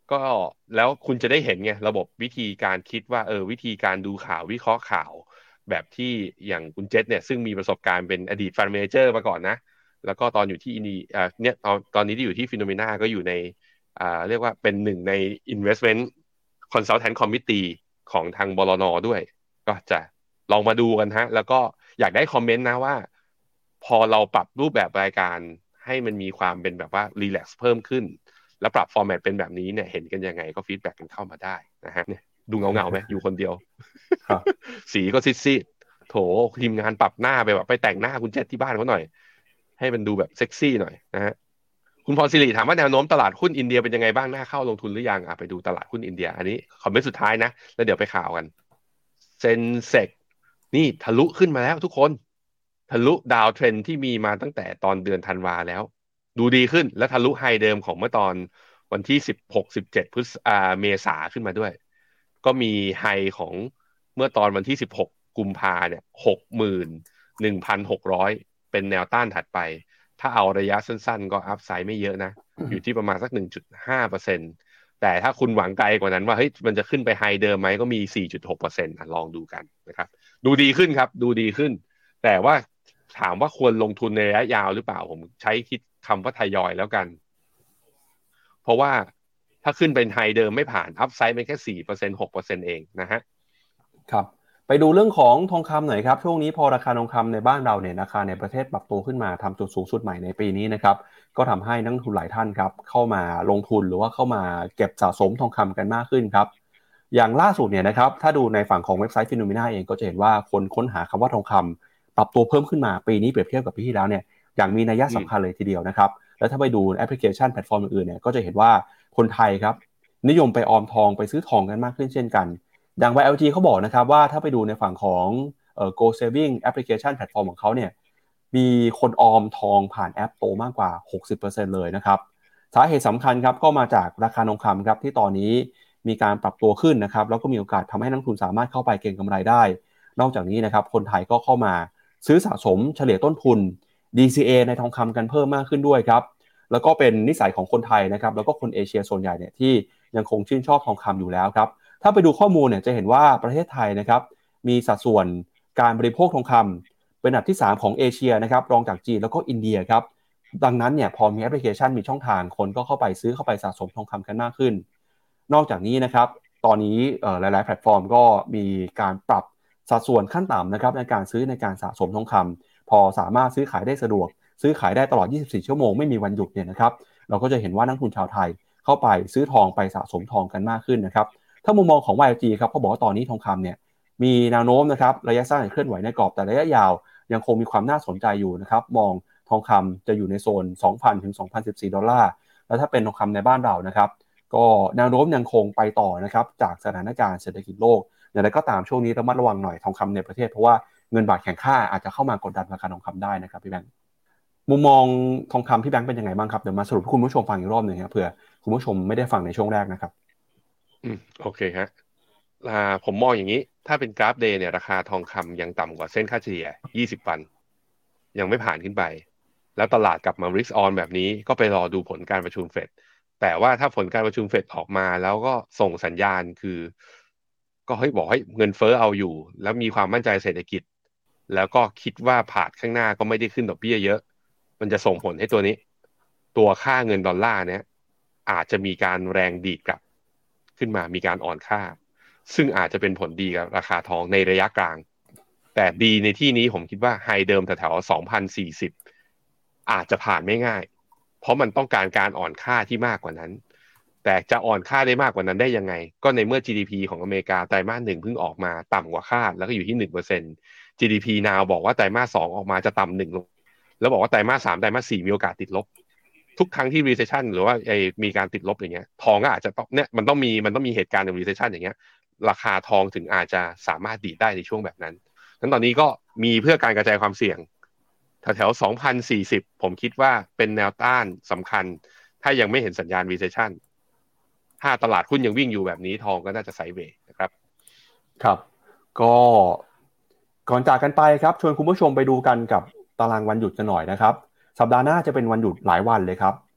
ก็แล้วคุณจะได้เห็นไงระบบวิธีการคิดว่าเออวิธีการดูข่าววิเคราะห์ข่าวแบบที่อย่างคุณเจษเนี่ยซึ่งมีประสบการณ์เป็นอดีตฟันเมเจอร์มาก่อนนะแล้วก็ตอนอยู่ที่อินดีอ่าเนี่ยตอนตอนนี้ที่อยู่ที่ฟิโนเมนาก็อยู่ในอ่าเรียกว่าเป็นหนึ่งใน Investment Consultant Committee ของทางบลน.ด้วยก็จะลองมาดูกันฮะแล้วก็อยากได้คอมเมนต์นะว่าพอเราปรับรูปแบบรายการให้มันมีความเป็นแบบว่ารีแลกซ์เพิ่มขึ้นแล้วปรับฟอร์แมตเป็นแบบนี้เนี่ยเห็นกันยังไงก็ฟีดแบ็กกันเข้ามาได้นะฮะเนี่ยดูเงาเงาไหมอยู่คนเดียวครับสีก็ซีดๆโถทีมงานปรับหน้าไปแบบไปแต่งหน้าคุณเจษที่บ้านเขาหน่อยให้มันดูแบบเซ็กซี่หน่อยนะฮะคุณพรศิริถามว่าแนวโน้มตลาดหุ้นอินเดียเป็นยังไงบ้างน่าเข้าลงทุนหรือยังอ่ะไปดูตลาดหุ้นอินเดียอันนี้คอมเมนต์สุดท้ายนะแล้วเดี๋ยวไปข่าวกันเซนเซกนี่ทะลุขึ้นมาแล้วทุกคนทะลุดาวเทรนที่มีมาตั้งแต่ตอนเดือนธันวาแล้วดูดีขึ้นและทะลุไฮเดิมของเมื่อตอนวันที่สิบหก สิบเจ็ดพฤษอ่าเมษาขึ้นมาด้วยก็มีไฮของเมื่อตอนวันที่สิบหกกุมภาเนี่ยหกหมื่นหนึ่งพันหกร้อยเป็นแนวต้านถัดไปถ้าเอาระยะสั้นๆก็อัพไซด์ไม่เยอะนะอยู่ที่ประมาณสัก หนึ่งจุดห้าเปอร์เซ็นต์ แต่ถ้าคุณหวังไกลกว่านั้นว่าเฮ้ยมันจะขึ้นไปไฮเดิมไหมก็มี สี่จุดหกเปอร์เซ็นต์ อ่ะลองดูกันนะครับดูดีขึ้นครับดูดีขึ้นแต่ว่าถามว่าควรลงทุนในระยะยาวหรือเปล่าผมใช้คิดคำว่าทยอยแล้วกันเพราะว่าถ้าขึ้นเป็นไฮเดิมไม่ผ่านอัพไซด์เป็นแค่ สี่เปอร์เซ็นต์ หกเปอร์เซ็นต์ เองนะฮะครับไปดูเรื่องของทองคำหน่อยครับช่วงนี้พอราคาทองคำในบ้านเราเนี่ยราคาในประเทศปรับตัวขึ้นมาทำจุดสูงสุดใหม่ในปีนี้นะครับก็ทำให้นักลงทุนหลายท่านครับเข้ามาลงทุนหรือว่าเข้ามาเก็บสะสมทองคำกันมากขึ้นครับอย่างล่าสุดเนี่ยนะครับถ้าดูในฝั่งของเว็บไซต์ Phenomena เองก็จะเห็นว่าคนค้นหาคำว่าทองคำปรับตัวเพิ่มขึ้นมาปีนี้เปรียบเทียบกับปีที่แล้วเนี่ยอย่างมีนัยสำคัญเลยทีเดียวนะครับแล้วถ้าไปดูแอปพลิเคชันแพลตฟอร์มอื่นๆเนี่ยก็จะเห็นว่าคนไทยครับนิยมไปออมทองไปซื้อทองกันมากขึ้นเช่นกันอย่าง วาย แอล จี เขาบอกนะครับว่าถ้าไปดูในฝั่งของเอ่อ Go Saving Application แพลตฟอร์มของเขาเนี่ยมีคนออมทองผ่านแอปโตมากกว่า หกสิบเปอร์เซ็นต์ เลยนะครับสาเหตุสำคัญครับก็มาจากราคาทองคำครับที่ตอนนี้มีการปรับตัวขึ้นนะครับแล้วก็มีโอกาสทำให้นักลงทุนสามารถเข้าไปเก็งกำไรได้นอกจากนี้นะครับคนไทยก็เข้ามาซื้อสะสมเฉลี่ยต้นทุน ดี ซี เอ ในทองคำกันเพิ่มมากขึ้นด้วยครับแล้วก็เป็นนิสัยของคนไทยนะครับแล้วก็คนเอเชียส่วนใหญ่เนี่ยที่ยังคงชื่นชอบทองคำอยู่แล้วครับถ้าไปดูข้อมูลเนี่ยจะเห็นว่าประเทศไทยนะครับมีสัดส่วนการบริโภคทองคำเป็นอันดับที่สามของเอเชียนะครับรองจากจีนแล้วก็อินเดียครับดังนั้นเนี่ยพอมีแอปพลิเคชันมีช่องทางคนก็เข้าไปซื้อเข้าไปสะสมทองคำกันมากขึ้นนอกจากนี้นะครับตอนนี้หลายๆแพลตฟอร์มก็มีการปรับสัดส่วนขั้นต่ำนะครับในการซื้อในการสะสมทองคำพอสามารถซื้อขายได้สะดวกซื้อขายได้ตลอดยี่สิบสี่ชั่วโมงไม่มีวันหยุดเนี่ยนะครับเราก็จะเห็นว่านักลงทุนชาวไทยเข้าไปซื้อทองไปสะสมทองกันมากขึ้นนะครับถ้ามุมมองของ วาย แอล จี ครับเขาบอกว่าตอนนี้ทองคำเนี่ยมีแนวโน้มนะครับระยะสั้นเคลื่อนไหวในกรอบแต่ระยะยาวยังคงมีความน่าสนใจอยู่นะครับมองทองคำจะอยู่ในโซน สองพัน ถึง สองพันสิบสี่ ดอลลาร์แล้วถ้าเป็นทองคำในบ้านเรานะครับก็แนวโน้มยังคงไปต่อนะครับจากสถานการณ์เศรษฐกิจโลกอย่างไรก็ตามช่วงนี้ระมัดระวังหน่อยทองคำในประเทศเพราะว่าเงินบาทแข็งค่าอาจจะเข้ามากดดันราคาทองคำได้นะครับพี่แบงค์มุมมองทองคำพี่แบงค์เป็นยังไงบ้างครับเดี๋ยวมาสรุปให้คุณผู้ชมฟังอีกรอบหนึ่งครับเผื่อคุณผู้ชมไม่ได้ฟังในช่วงแรกนะครับอืมโอเคฮะอ่าผมมองอย่างนี้ถ้าเป็นกราฟเดย์เนี่ยราคาทองคำยังต่ำกว่าเส้นค่าเฉลี่ยยี่สิบวันยังไม่ผ่านขึ้นไปแล้วตลาดกลับมา risk on แบบนี้ก็ไปรอดูผลการประชุมเฟดแต่ว่าถ้าผลการประชุมเฟดออกมาแล้วก็ส่งสัญญาณคือก็เฮ้ยบอกให้เงินเฟ้อเอาอยู่แล้วมีความมั่นใจเศรษฐกิจแล้วก็คิดว่าผ่านข้างหน้าก็ไม่ได้ขึ้นดอกเบี้ยเยอะมันจะส่งผลให้ตัวนี้ตัวค่าเงินดอลลาร์เนี่ยอาจจะมีการแรงดีดกลับขึ้นมามีการอ่อนค่าซึ่งอาจจะเป็นผลดีกับราคาทองในระยะกลางแต่ดีในที่นี้ผมคิดว่าไฮเดิมแถวๆ สองพันสี่สิบ อาจจะผ่านไม่ง่ายเพราะมันต้องการการอ่อนค่าที่มากกว่านั้นแต่จะอ่อนค่าได้มากกว่านั้นได้ยังไงก็ในเมื่อ จี ดี พี ของอเมริกาไตรมาสหนึ่งเพิ่งออกมาต่ำกว่าคาดแล้วก็อยู่ที่ หนึ่งเปอร์เซ็นต์ จี ดี พี Now บอกว่าไตรมาสสองออกมาจะต่ำหนึ่งลงแล้วบอกว่าไตรมาสสามไตรมาสสี่มีโอกาสติดลบทุกครั้งที่ recession หรือว่าไอ้มีการติดลบอย่างเงี้ยทองก็อาจจะต้องเนี่ยมันต้องมีมันต้องมีเหตุการณ์ใน recession อย่างเงี้ยราคาทองถึงอาจจะสามารถดีดได้ในช่วงแบบนั้นงั้นตอนนี้ก็มีเพื่อการกระจายความเสี่ยงแถวๆ สองพันสี่สิบ ผมคิดว่าเป็นแนวต้านสำคัญถ้ายังไม่เห็นสัญญาณ recession ถ้าตลาดหุ้นยังวิ่งอยู่แบบนี้ทองก็น่าจะไซด์เวย์นะครับครับก็ก่อนจากกันไปครับชวนคุณผู้ชมไปดูกันกับตารางวันหยุดกันหน่อยนะครับสัปดาห์หน้าจะเป็นวันหยุดหลายวันเลยครับ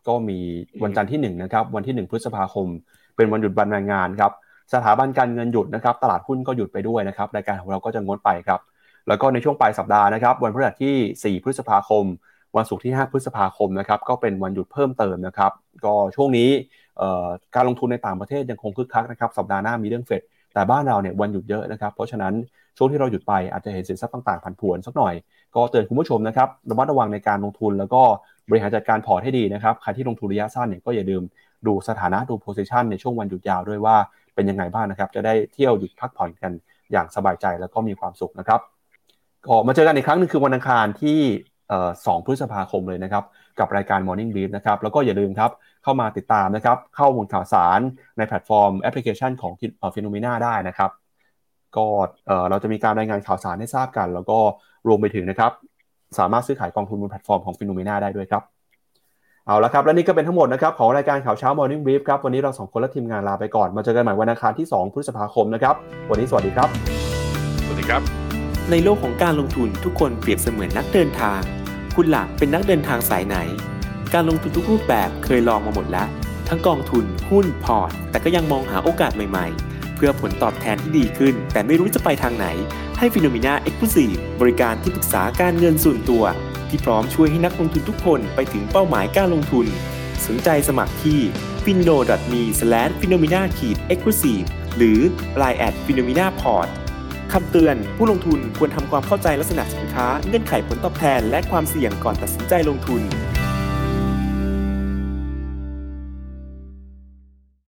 ก็มีวันจันทร์ที่หนึ่งนะครับวันที่หนึ่งพฤษภาคมเป็นวันหยุดวันแรงงานครับสถาบันการเงินหยุดนะครับตลาดหุ้นก็หยุดไปด้วยนะครับรายการของเราก็จะงดไปครับแล้วก็ในช่วงปลายสัปดาห์นะครับวันพฤหัสที่สี่พฤษภาคมวันศุกร์ที่ห้าพฤษภาคมนะครับก็เป็นวันหยุดเพิ่มเติมนะครับก็ช่วงนี้การลงทุนในต่างประเทศยังคงคึกคักนะครับสัปดาห์หน้ามีเรื่องเฟดแต่บ้านเราเนี่ยวันหยุดเยอะนะครับเพราะฉะนั้นช่วงที่เราหยุดไปอาจจะเห็นสินทรัพย์ต่างๆผันผวนสักหน่อยก็เตือนคุณผู้ชมนะครับระมัดระวังในการลงทุนแล้วก็บริหารจัดการพอร์ตให้ดีนะครับใครที่ลงทุนระยะสั้นเนี่ยก็อย่าลืมดูสถานะดูโพซิชันในช่วงวันหยุดยาวด้วยว่าเป็นยังไงบ้างนะครับจะได้เที่ยวหยุดพักผ่อนกันอย่างสบายใจแล้วก็มีความสุขนะครับก็มาเจอกันอีกครั้งนึงคือวันอังคารที่สองพฤษภาคมเลยนะครับกับรายการ Morning Brief นะครับแล้วก็อย่าลืมครับเข้ามาติดตามนะครับเข้ามูลข่าวสารในแพลตฟอร์มแอปพลิเคชันของ Phenomena ได้นะครับก็เราจะมีการรายงานข่าวสารให้ทราบกันแล้วก็รวมไปถึงนะครับสามารถซื้อขายกองทุนบนแพลตฟอร์มของ Phenomena ได้ด้วยครับเอาละครับและนี่ก็เป็นทั้งหมดนะครับของรายการข่าวเช้า Morning Brief ครับวันนี้เราสองคนและทีมงานลาไปก่อนมาเจอกันใหม่วันอังคารที่สองพฤษภาคมนะครับวันนี้สวัสดีครับสวัสดีครับในโลกของการลงทุนทุกคนเปรียบเสมือนนักเดินทางคุณล่ะเป็นนักเดินทางสายไหนการลงทุนทุกรูปแบบเคยลองมาหมดแล้วทั้งกองทุนหุ้นพอร์ตแต่ก็ยังมองหาโอกาสใหม่ๆเพื่อผลตอบแทนที่ดีขึ้นแต่ไม่รู้จะไปทางไหนให้ Phenomena Exclusive บริการที่ปรึกษาการเงินส่วนตัวที่พร้อมช่วยให้นักลงทุนทุกคนไปถึงเป้าหมายการลงทุนสนใจสมัครที่ ฟินโน ดอท มี สแลช ฟีโนมีนา เอ็กซ์คลูซีฟ หรือ ไลน์ แอท ฟีโนมีนาพอร์ต คำเตือนผู้ลงทุนควรทำความเข้าใจลักษณะสินค้าเงื่อนไขผลตอบแทนและความเสี่ยงก่อนตัดสินใจลงทุน